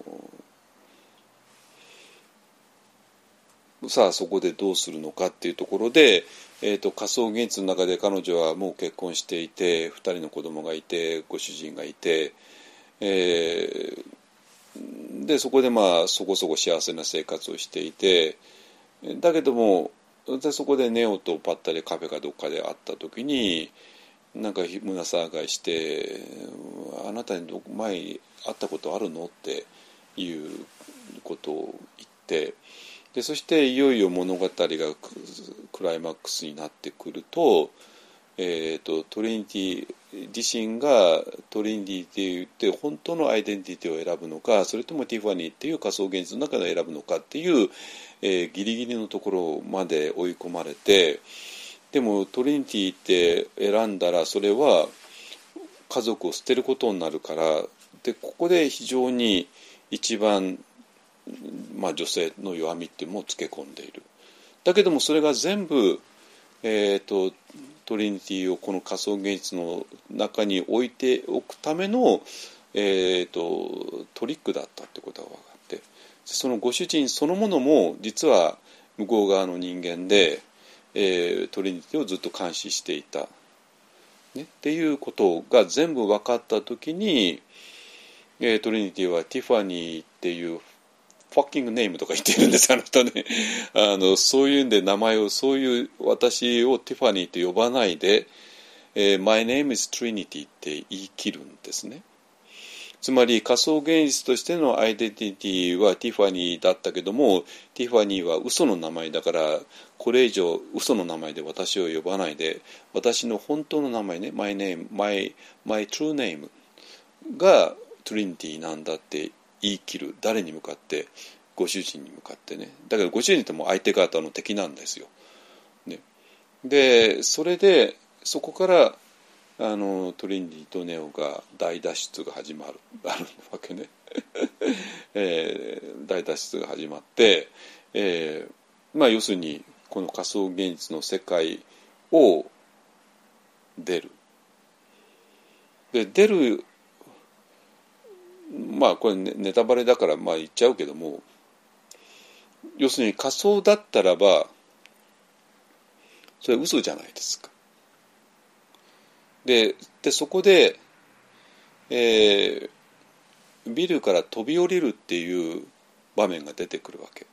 ー、さあそこでどうするのかっていうところで、えーと、仮想現実の中で彼女はもう結婚していてふたりの子供がいてご主人がいて、えー、でそこでまあそこそこ幸せな生活をしていて、だけどもでそこでネオとばったりカフェかどっかで会った時になんか胸騒がいして「あなたにど前に会ったことあるの?」っていうことを言って、でそしていよいよ物語がクライマックスになってくると、えーと、トリニティ自身がトリニティって言って本当のアイデンティティを選ぶのか、それともティファニーっていう仮想現実の中で選ぶのかっていう、えー、ギリギリのところまで追い込まれて、でもトリニティって選んだらそれは家族を捨てることになるから、でここで非常に一番まあ、女性の弱みっていうのもつけ込んでいる。だけどもそれが全部、えーと、トリニティをこの仮想現実の中に置いておくための、えーと、トリックだったってことが分かって、そのご主人そのものも実は向こう側の人間で、えー、トリニティをずっと監視していた、ね、っていうことが全部分かった時に、えー、トリニティはティファニーっていうファッキングネームとか言ってるんですあの人ねあのそういうんで名前をそういう私をティファニーと呼ばないで、えー、My name is Trinity って言い切るんですね。つまり仮想現実としてのアイデンティティはティファニーだったけども、ティファニーは嘘の名前だからこれ以上嘘の名前で私を呼ばないで、私の本当の名前ね My name, my, my true name がトリニティなんだって言い切る。誰に向かって？ご主人に向かってね。だけどご主人ってもう相手方の敵なんですよ、ね、でそれでそこからあのトリニティとネオが大脱出が始まるあるわけね、えー、大脱出が始まって、えー、まあ要するにこの仮想現実の世界を出る。で出るまあこれネタバレだからまあ言っちゃうけども、要するに仮想だったらばそれ嘘じゃないですか。 で、でそこで、えー、ビルから飛び降りるっていう場面が出てくるわけ。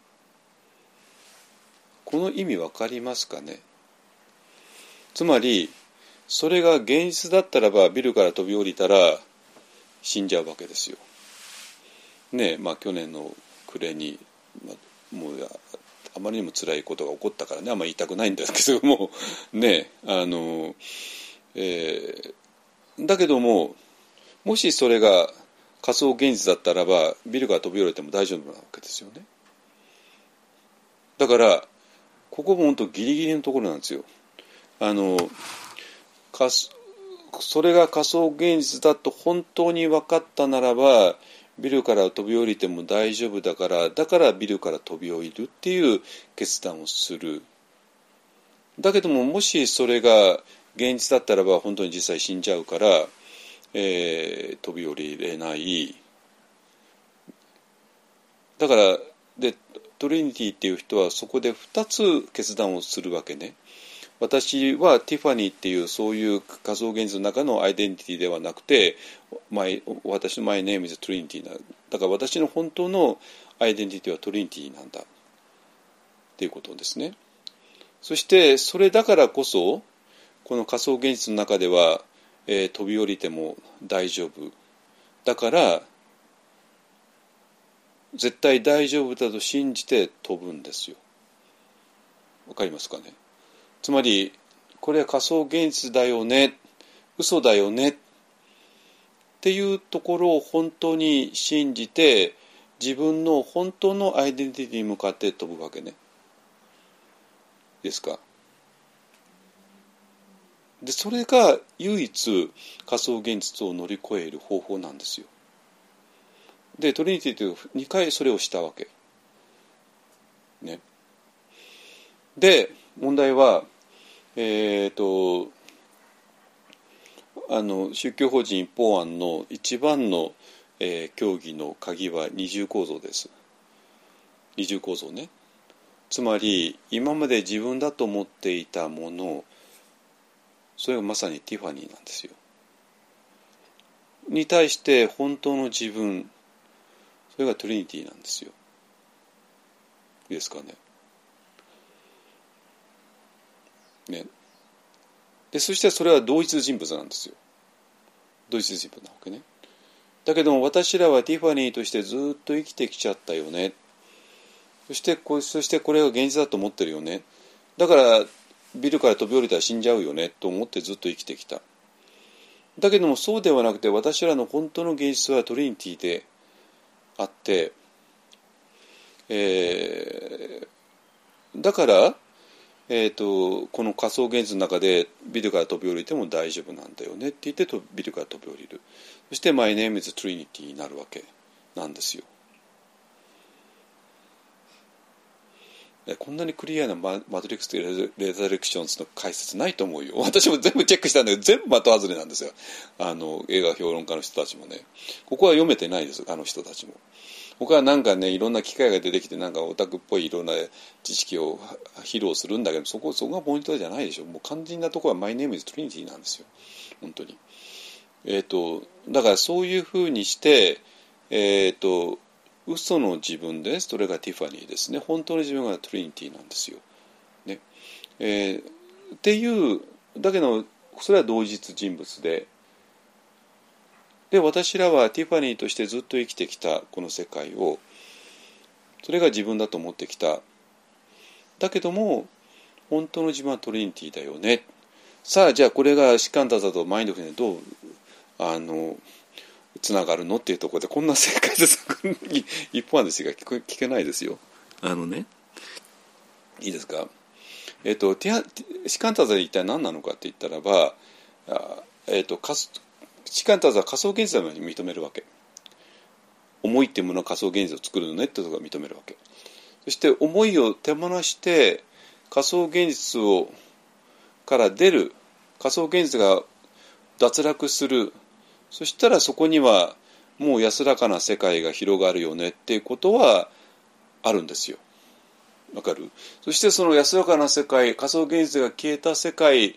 この意味わかりますかね。つまりそれが現実だったらばビルから飛び降りたら死んじゃうわけですよ。ねえ、まあ去年の暮れに、まあ、もうあまりにも辛いことが起こったからね、あんまり言いたくないんですけどもねえ、あの、えー、だけどももしそれが仮想現実だったらばビルから飛び降りても大丈夫なわけですよね。だからここも本当ギリギリのところなんですよ。あのそれが仮想現実だと本当に分かったならばビルから飛び降りても大丈夫だからだからビルから飛び降りるっていう決断をする。だけどももしそれが現実だったらば本当に実際死んじゃうから、えー、飛び降りれない。だからでトリニティっていう人はそこでふたつ決断をするわけね。私はティファニーっていうそういう仮想現実の中のアイデンティティではなくて、私のマイネームズトリニティなだから私の本当のアイデンティティはトリニティなんだっていうことですね。そしてそれだからこそこの仮想現実の中では、えー、飛び降りても大丈夫だから絶対大丈夫だと信じて飛ぶんですよ。わかりますかね。つまりこれは仮想現実だよね、嘘だよねっていうところを本当に信じて自分の本当のアイデンティティに向かって飛ぶわけね。ですか。でそれが唯一仮想現実を乗り越える方法なんですよ。でトリニティというにかいそれをしたわけね。で問題はえーとあの宗教法人一方案の一番の、えー、教義の鍵は二重構造です。二重構造ね。つまり今まで自分だと思っていたもの、それがまさにティファニーなんですよ。に対して本当の自分、それがトリニティなんですよ。いいですかね。ね。でそしてそれは同一人物なんですよ。同一人物なわけね。だけども私らはティファニーとしてずっと生きてきちゃったよね。そしてこそしてこれが現実だと思ってるよね。だからビルから飛び降りたら死んじゃうよねと思ってずっと生きてきた。だけどもそうではなくて私らの本当の現実はトリニティであって、えー、だから、えーと、この仮想現実の中でビルから飛び降りても大丈夫なんだよねって言ってビルから飛び降りる。そして My name is Trinity になるわけなんですよ。こんなにクリアな マ, マトリックスとレザレクションズの解説ないと思うよ。私も全部チェックしたんだけど全部的外れなんですよ。あの映画評論家の人たちもね、ここは読めてないです。あの人たちも他はなんかねいろんな機会が出てきてなんかオタクっぽいいろんな知識を披露するんだけどそこそこがポイントじゃないでしょ。もう肝心なところは My name is Trinity なんですよ本当に。えっとだからそういうふうにしてえっと嘘の自分です。それがティファニーですね。本当の自分がトリニティなんですよ、ねえー、っていうだけどそれは同一人物でで私らはティファニーとしてずっと生きてきたこの世界をそれが自分だと思ってきた。だけども本当の自分はトリニティだよね。さあじゃあこれがシカンタザとマインドフルネスどうあのつながるのっていうところでこんな正解です一方案ですが聞けないですよ。あのねいいですか。えっ、ー、とティアシカンタザ一体何なのかって言ったらばえっ、ー、とシカンタザは仮想現実を認めるわけ。思いっていうものは仮想現実を作るのねってところを認めるわけ。そして思いを手放して仮想現実をから出る仮想現実が脱落する。そしたらそこにはもう安らかな世界が広がるよねっていうことはあるんですよ。わかる？そしてその安らかな世界、仮想現実が消えた世界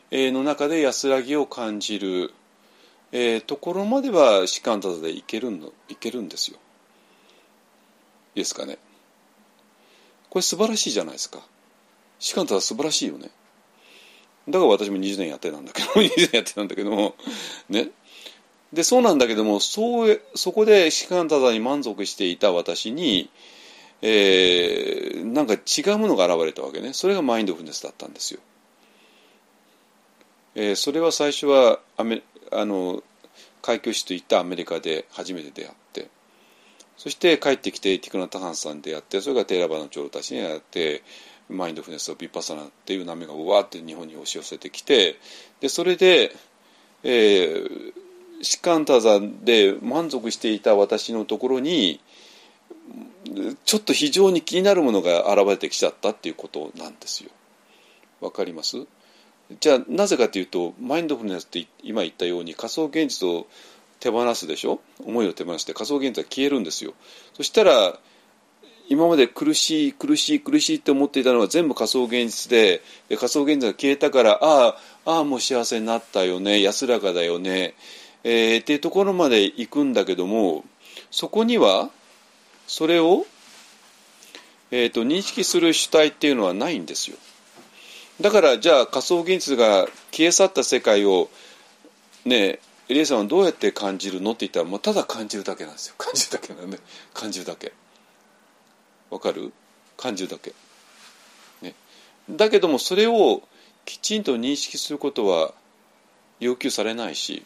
の中で安らぎを感じる、えー、ところまでは士官多座でいけるのいけるんですよ。いいですかね。これ素晴らしいじゃないですか。士官多座素晴らしいよね。だから私もにじゅうねんやってたんだけどにじゅうねんやってたんだけどもね。でそうなんだけども、そうそこで士官多座に満足していた私に、えー、なんか違うものが現れたわけね。それがマインドフルネスだったんですよ。えー、それは最初はアメあの開教師といったアメリカで初めて出会って、そして帰ってきてティクナタハンさんに出会って、それがテーラバの長老たちに出会って、マインドフルネスとビッパサナっていう波がうわーって日本に押し寄せてきて、でそれで、えー、士官多座で満足していた私のところにちょっと非常に気になるものが現れてきちゃったっていうことなんですよ。わかります？じゃあなぜかというと、マインドフルネスって今言ったように仮想現実を手放すでしょ。思いを手放して仮想現実は消えるんですよ。そしたら今まで苦しい苦しい苦しいって思っていたのは全部仮想現実で、で仮想現実が消えたから、ああああもう幸せになったよね、安らかだよね、えー、っていうところまで行くんだけども、そこにはそれを、えーと、認識する主体っていうのはないんですよ。だからじゃあ仮想現実が消え去った世界をね、エリエさんはどうやって感じるのって言ったら、もうただ感じるだけなんですよ。感じるだけなんで、感じるだけ。わかる？感じるだけ、ね。だけどもそれをきちんと認識することは要求されないし、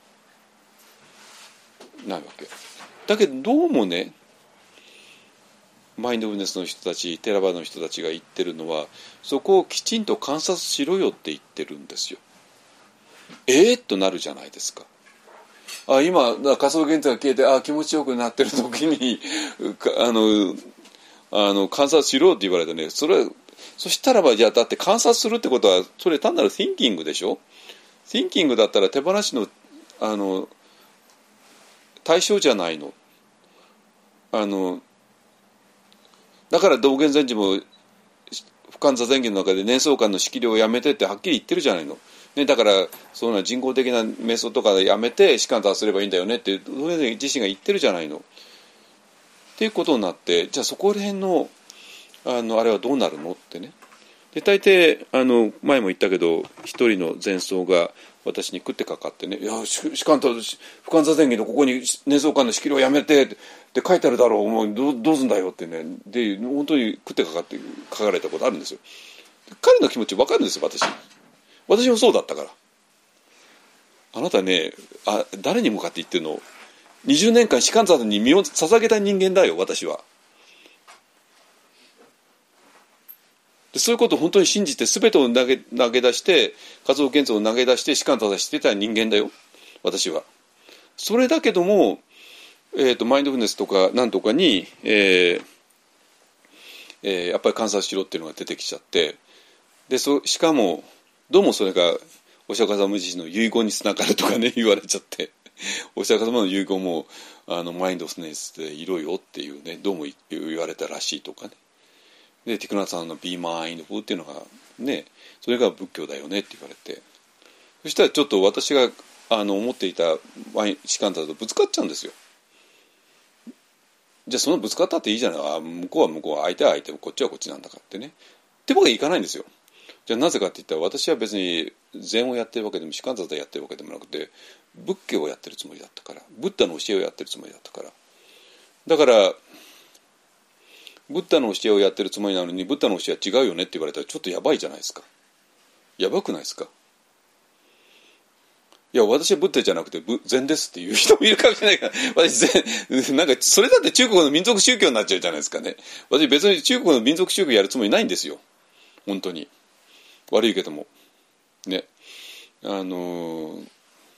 ないわけ。だけどどうもね、マインドフルネスの人たち、テラバの人たちが言ってるのは、そこをきちんと観察しろよって言ってるんですよ。えーっとなるじゃないですか。あ、今仮想現実が消えて、あ、気持ちよくなってる時にあのあの観察しろって言われてね、それそしたらば、じゃあだって観察するってことはそれ単なる thinking でしょ。 thinking だったら手放しのあの対象じゃないの。あのだから道元禅師も不完座禅儀の中で念想観の仕切りをやめてってはっきり言ってるじゃないの、ね、だからそんな人工的な瞑想とかでやめて士官多座すればいいんだよねって道元禅師自身が言ってるじゃないのっていうことになって、じゃあそこら辺の あのあれはどうなるのってね。で大抵あの前も言ったけど、一人の禅僧が私に食ってかかってね、いや士官多座不完座禅儀のここに念想観の仕切りをやめてって書いてあるだろう、もう ど, どうすんだよってね、で本当に食ってかかって書かれたことあるんですよ。彼の気持ち分かるんですよ。私私もそうだったから。あなたね、あ誰に向かって言ってるの？にじゅうねんかん士官多座に身を捧げた人間だよ、私は。でそういうことを本当に信じて全てを投げ、投げ出して仮想現実を投げ出して士官多座してた人間だよ、私は。それだけども、えーと、マインドフルネスとかなんとかに、えーえー、やっぱり観察しろっていうのが出てきちゃって、でそしかもどうもそれがお釈迦様自身の遺言につながるとかね言われちゃって、お釈迦様の遺言もあのマインドフルネスでいろよっていうね、どうも言われたらしいとかね。でティクナさんの Be Mindful っていうのがね、それが仏教だよねって言われて、そしたらちょっと私があの思っていた士官多座とぶつかっちゃうんですよ。じゃあそのぶつかったっていいじゃない、あ向こうは向こう、相手は相手、こっちはこっちなんだからってねって僕はいかないんですよ。じゃあなぜかって言ったら、私は別に禅をやってるわけでも士官多座でやってるわけでもなくて、仏教をやってるつもりだったから、ブッダの教えをやってるつもりだったから、だからブッダの教えをやってるつもりなのに、ブッダの教えは違うよねって言われたらちょっとやばいじゃないですか。やばくないですか。いや私はブッダじゃなくて禅ですっていう人もいるかもしれないから、私禅なんかそれだって中国の民族宗教になっちゃうじゃないですかね。私別に中国の民族宗教やるつもりないんですよ、本当に。悪いけどもね、あのー、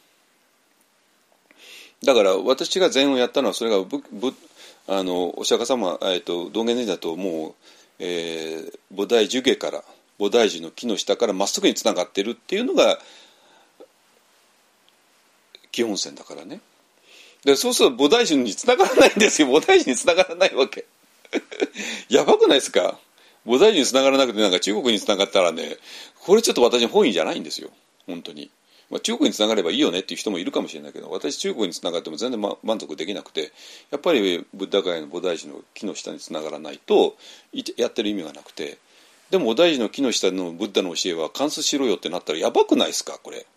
だから私が禅をやったのは、それがブブあのお釈迦様、えー、と道元禅師だともう、えー、菩提樹下から菩提樹の木の下からまっすぐにつながってるっていうのが基本線だからね。でそうすると菩提樹につながらないんですよ。菩提樹につながらないわけやばくないですか。菩提樹につながらなくてなんか中国につながったらね、これちょっと私の本意じゃないんですよ。 本当に。まあ、中国につながればいいよねっていう人もいるかもしれないけど、私中国につながっても全然、ま、満足できなくて、やっぱりブッダ界の菩提寺の木の下につながらないとやってる意味がなくて、でも菩提寺の木の下のブッダの教えは貫通しろよってなったらやばくないですかこれ。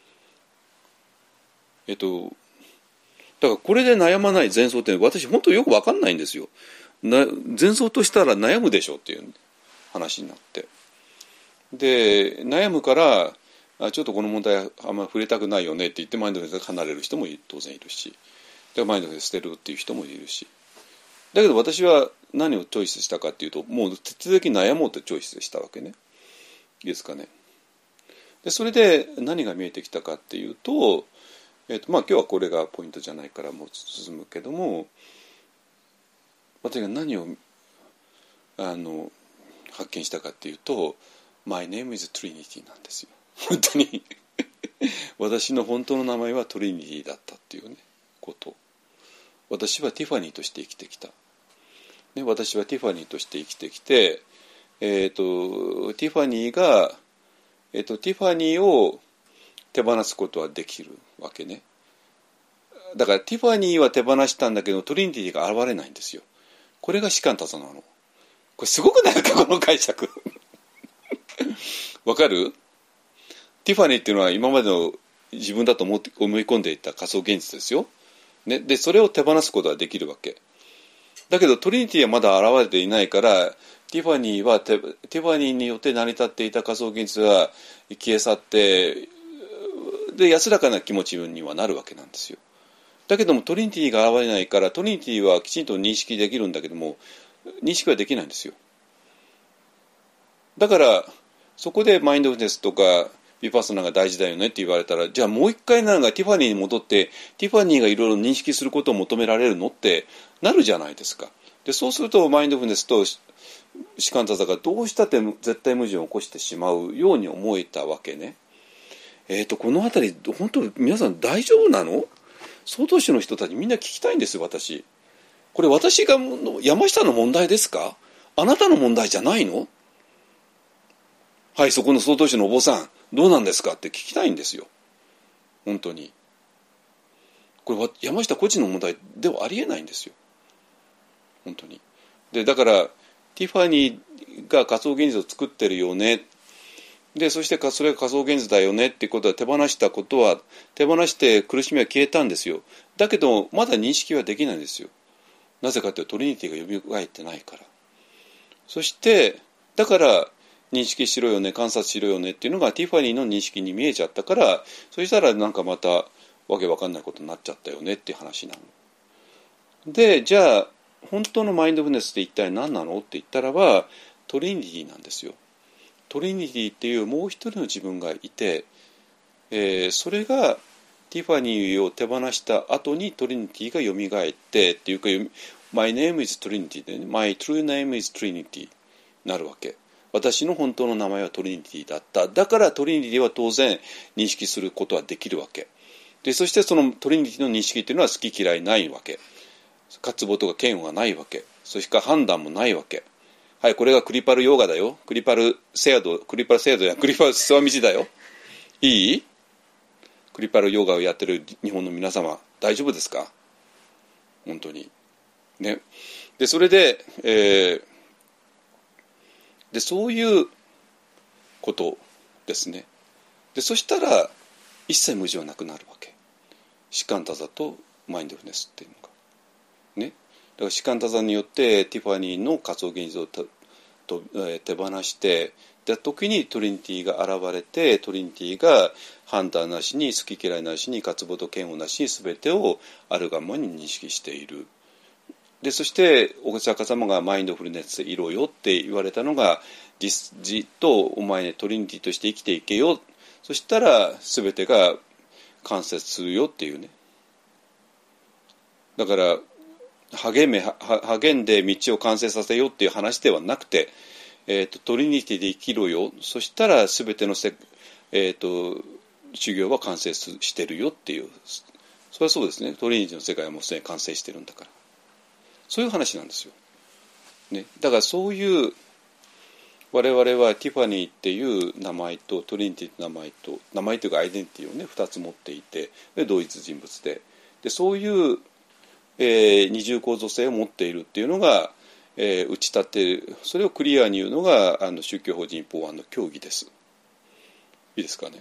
えっとだからこれで悩まない前奏って私本当よく分かんないんですよ。な前奏としたら悩むでしょっていう話になって、で悩むからちょっとこの問題あんまり触れたくないよねって言ってマインドフルネスから離れる人も当然いるし、でマインドフルネス捨てるっていう人もいるし、だけど私は何をチョイスしたかっていうと、もう徹底的に悩もうとチョイスしたわけね。いいですかね。でそれで何が見えてきたかっていうと、えーとまあ、今日はこれがポイントじゃないからもう進むけども、私が何をあの発見したかっていうと My name is Trinity なんですよ。本当に私の本当の名前はトリニティだったっていうねこと。私はティファニーとして生きてきた、ね、私はティファニーとして生きてきて、えーと、ティファニーが、えーと、ティファニーを手放すことはできるわけね。だからティファニーは手放したんだけどトリニティが現れないんですよ。これが士官多座なの。これすごくないかこの解釈わかる？ティファニーっていうのは今までの自分だと思って思い込んでいた仮想現実ですよ、ね、でそれを手放すことはできるわけだけどトリニティはまだ現れていないから、ティファニーはティファニーによって成り立っていた仮想現実は消え去ってで安らかな気持ちにはなるわけなんですよ。だけどもトリニティが現れないからトリニティはきちんと認識できるんだけども認識はできないんですよ。だからそこでマインドフルネスとかヴィパッサナが大事だよねって言われたら、じゃあもう一回なんかティファニーに戻ってティファニーがいろいろ認識することを求められるのってなるじゃないですか。でそうするとマインドフルネスと士官多座がどうしたって絶対矛盾を起こしてしまうように思えたわけね。えーとこのあたり本当皆さん大丈夫なの？総統市の人たちみんな聞きたいんですよ。私これ私が山下の問題ですか？あなたの問題じゃないの？はい、そこの総統市のお坊さんどうなんですかって聞きたいんですよ。本当にこれは山下個人の問題ではありえないんですよ。本当に。でだからティファニーが仮想現実を作ってるよね、でそしてそれが仮想現実だよねっていうことは手放したことは手放して苦しみは消えたんですよ。だけどまだ認識はできないんですよ。なぜかというとトリニティが蘇ってないから。そしてだから認識しろよね観察しろよねっていうのがティファニーの認識に見えちゃったから、そしたらなんかまたわけわかんないことになっちゃったよねっていう話なので、じゃあ本当のマインドフルネスって一体何なのって言ったらばトリニティなんですよ。トリニティっていうもう一人の自分がいて、えー、それがティファニーを手放した後にトリニティがよみがえってっていうか My name is Trinity でね My true name is Trinity になるわけ。私の本当の名前はトリニティだった。だからトリニティは当然認識することはできるわけで、そしてそのトリニティの認識っていうのは好き嫌いないわけ、渇望とか嫌悪がないわけ、それから判断もないわけ。はい、これがクリパルヨーガだよ。クリパルセアド、クリパルセアドやクリパルスワミジだよ。いい？クリパルヨーガをやってる日本の皆様、大丈夫ですか？本当に。ね。で、それで、えー、で、そういうことですね。で、そしたら、一切矛盾はなくなるわけ。士官多座とマインドフルネスっていうのが。ね。だから士官多座によってティファニーの仮想現実をとと、えー、手放してで時にトリニティが現れて、トリニティが判断なしに好き嫌いなしに渇望と嫌悪なしに全てをあるがままに認識している。でそしてお釈迦様がマインドフルネスでいろよって言われたのが実じとお前ねトリニティとして生きていけよ、そしたら全てが完成するよっていうね。だから励め励んで道を完成させようっていう話ではなくて、えーと、トリニティで生きろよ、そしたら全てのせ、えーと、修行は完成してるよっていう、それはそうですね。トリニティの世界はもうすでに完成してるんだから、そういう話なんですよ、ね、だからそういう我々はティファニーっていう名前とトリニティの名前と名前というかアイデンティティをねふたつ持っていて、で同一人物で、でそういう、えー、二重構造性を持っているっていうのが、えー、打ち立てる、それをクリアに言うのがあの宗教法人一方案の教義です。いいですかね。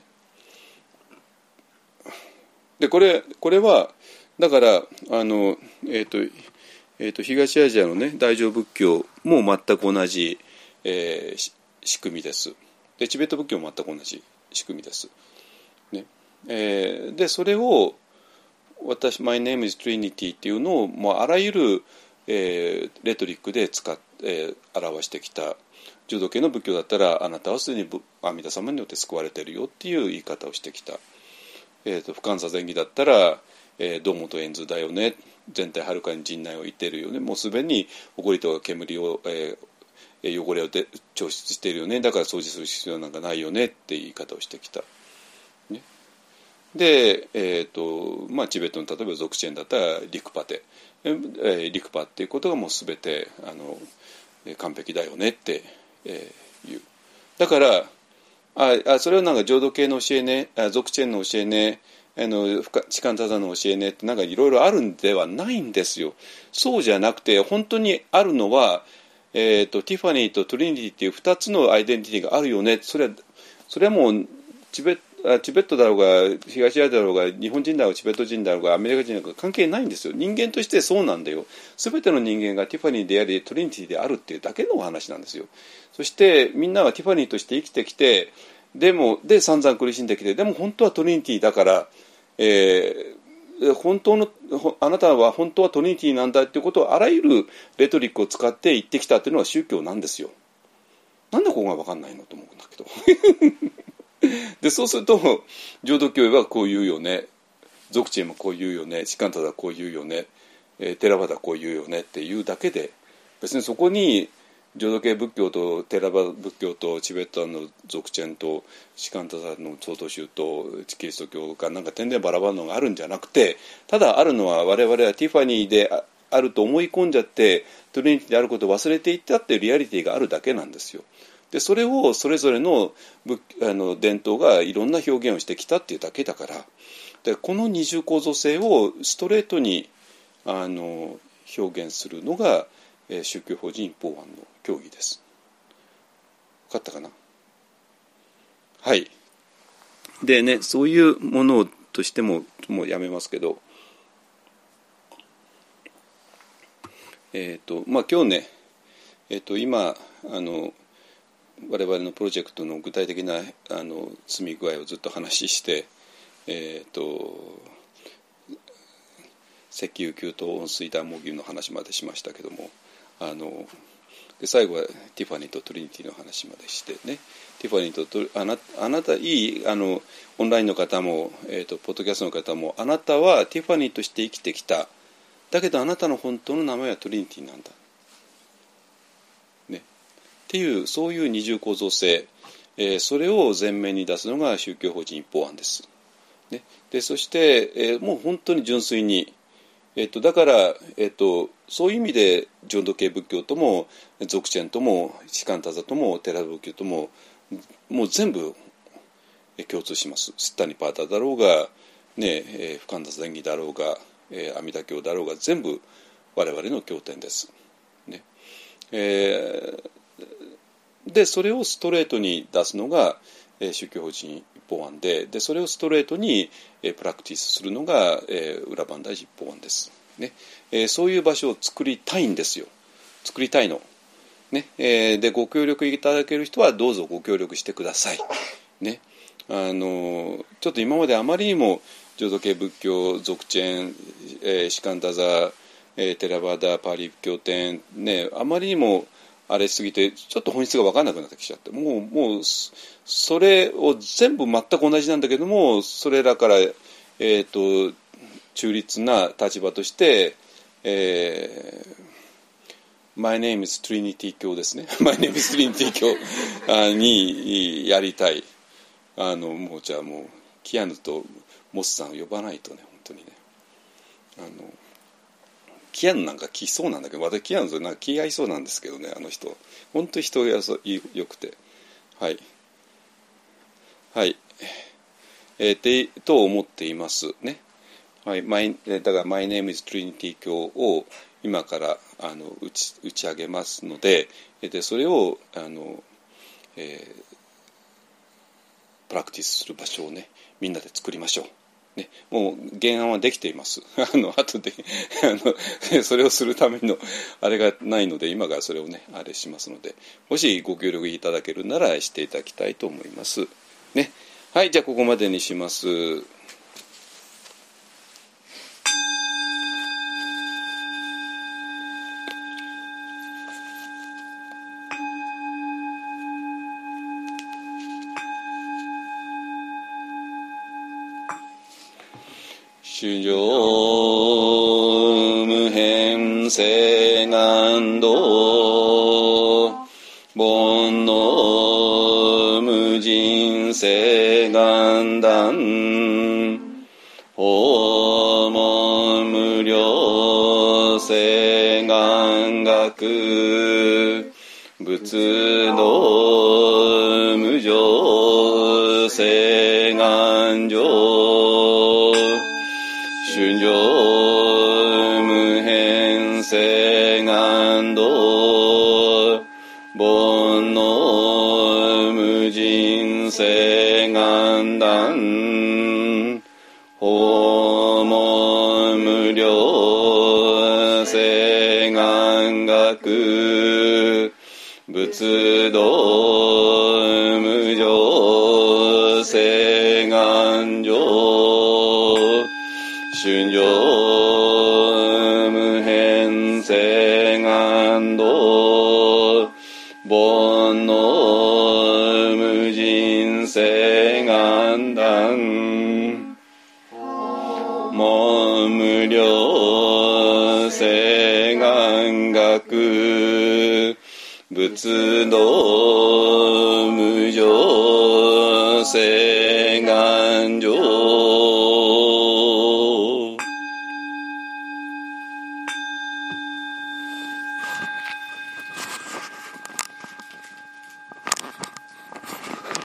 でこれこれはだからあの、えーとえー、と東アジアのね大乗仏教も全く同じ、えー、仕組みです。でチベット仏教も全く同じ仕組みです、ねえー、でそれを私 My name is Trinity っていうのをもうあらゆる、えー、レトリックで使っ、えー、表してきた。浄土系の仏教だったらあなたはすでに阿弥陀様によって救われているよっていう言い方をしてきた。えー、と不感差前儀だったら、えー、堂本円図だよね、全体はるかに陣内を言っているよね、もうすでに埃とか煙を、えー、汚れをで抽出しているよね、だから掃除する必要なんかないよねって言い方をしてきた、ね、で、えーとまあ、チベットの例えば俗チェンだったらリクパテ、えー、リクパっていうことがもうすべてあの完璧だよねって、えー、言う。だからああそれはなんか浄土系の教えね、あ俗チェンの教えね、あの痴漢多座の教えねってなんかいろいろあるんではないんですよ。そうじゃなくて本当にあるのは、えー、とティファニーとトリニティっていうふたつのアイデンティティがあるよね。それはそれはもうチベッチベットだろうが東アジアだろうが日本人だろうがチベット人だろうがアメリカ人だろうが関係ないんですよ。人間としてそうなんだよ。全ての人間がティファニーでありトリニティであるっていうだけのお話なんですよ。そしてみんなはティファニーとして生きてきて、でもで散々苦しんできて、でも本当はトリニティだから、えー、本当のあなたは本当はトリニティなんだっていうことをあらゆるレトリックを使って言ってきたっていうのは宗教なんですよ。なんでここが分かんないのと思うんだけどでそうすると浄土教はこう言うよね、俗チェもこう言うよね、シカンタだこう言うよね、えー、テラバダこう言うよねっていうだけで、別にそこに浄土系仏教とテラバ仏教とチベットの俗チェンとシカンタザの曹洞宗とキリスト教がなんか点々バラバラのがあるんじゃなくて、ただあるのは我々はティファニーであると思い込んじゃってトリニティであることを忘れていったっていうリアリティがあるだけなんですよ。でそれをそれぞれの仏あの伝統がいろんな表現をしてきたっていうだけだから、でこの二重構造性をストレートにあの表現するのが宗教法人一方案の教義です。分かったかな。はい。でね、そういうものとしてももうやめますけど、えっ、ー、とまあ今日ね、えっ、ー、と今あの我々のプロジェクトの具体的なあの積み具合をずっと話して、えっ、ー、と石油給湯温水暖模擬の話までしましたけども。あので最後はティファニーとトリニティの話までしてね、ティファニーとトリあなあなたいいあのオンラインの方も、えーと、ポッドキャストの方も、あなたはティファニーとして生きてきた、だけどあなたの本当の名前はトリニティなんだ、ね、っていうそういう二重構造性、えー、それを前面に出すのが宗教法人一方案です、ね、でそして、えー、もう本当に純粋にえっと、だから、えっと、そういう意味で浄土系仏教とも俗チェンともシカンタザともテラ仏教とももう全部共通します。スッタニパータだろうが、ねえー、不感達前儀だろうが、えー、阿弥陀経だろうが全部我々の経典です、ねえー、でそれをストレートに出すのが、えー、宗教法人一方案で、でそれをストレートに、えー、プラクティスするのが、えー、裏磐梯寺一方案です、ねえー、そういう場所を作りたいんですよ。作りたいの、ねえー、でご協力いただける人はどうぞご協力してください、ね、あのちょっと今まであまりにも浄土系仏教俗チェン、えー、シカンタザ、えー、テラバダパーリ仏教典、ね、あまりにもあれすぎてちょっと本質が分からなくなってきちゃって、もうもうそれを全部全く同じなんだけども、それらから、えー、と中立な立場として、えー、My name is Trinity 教ですねMy name is Trinity 教にやりたい。あのもうじゃあもうキアヌとモスさんを呼ばないとね、本当にね、あのキアヌなんか来そうなんだけど、私キアヌとなんか気合いそうなんですけどね、あの人本当に人がよくて、はいはい、えー、でと思っていますね。はい、マイだから「My name is Trinity」教を今からあの 打ち、打ち上げますので、でそれをあの、えー、プラクティスする場所をねみんなで作りましょう、ね、もう原案はできていますあの後であのそれをするためのあれがないので今からそれをねあれしますので、もしご協力いただけるならしていただきたいと思いますね。はい、じゃあここまでにします。主上無変誓願道煩悩無尽誓願断訪問無量誓願学仏道無常誓願上主上無変誓願道煩悩無尽誓願断訪問無量誓願学仏道無常誓願上主上無変誓願道煩悩無尽誓願断も無量誓願学仏道無常誓願上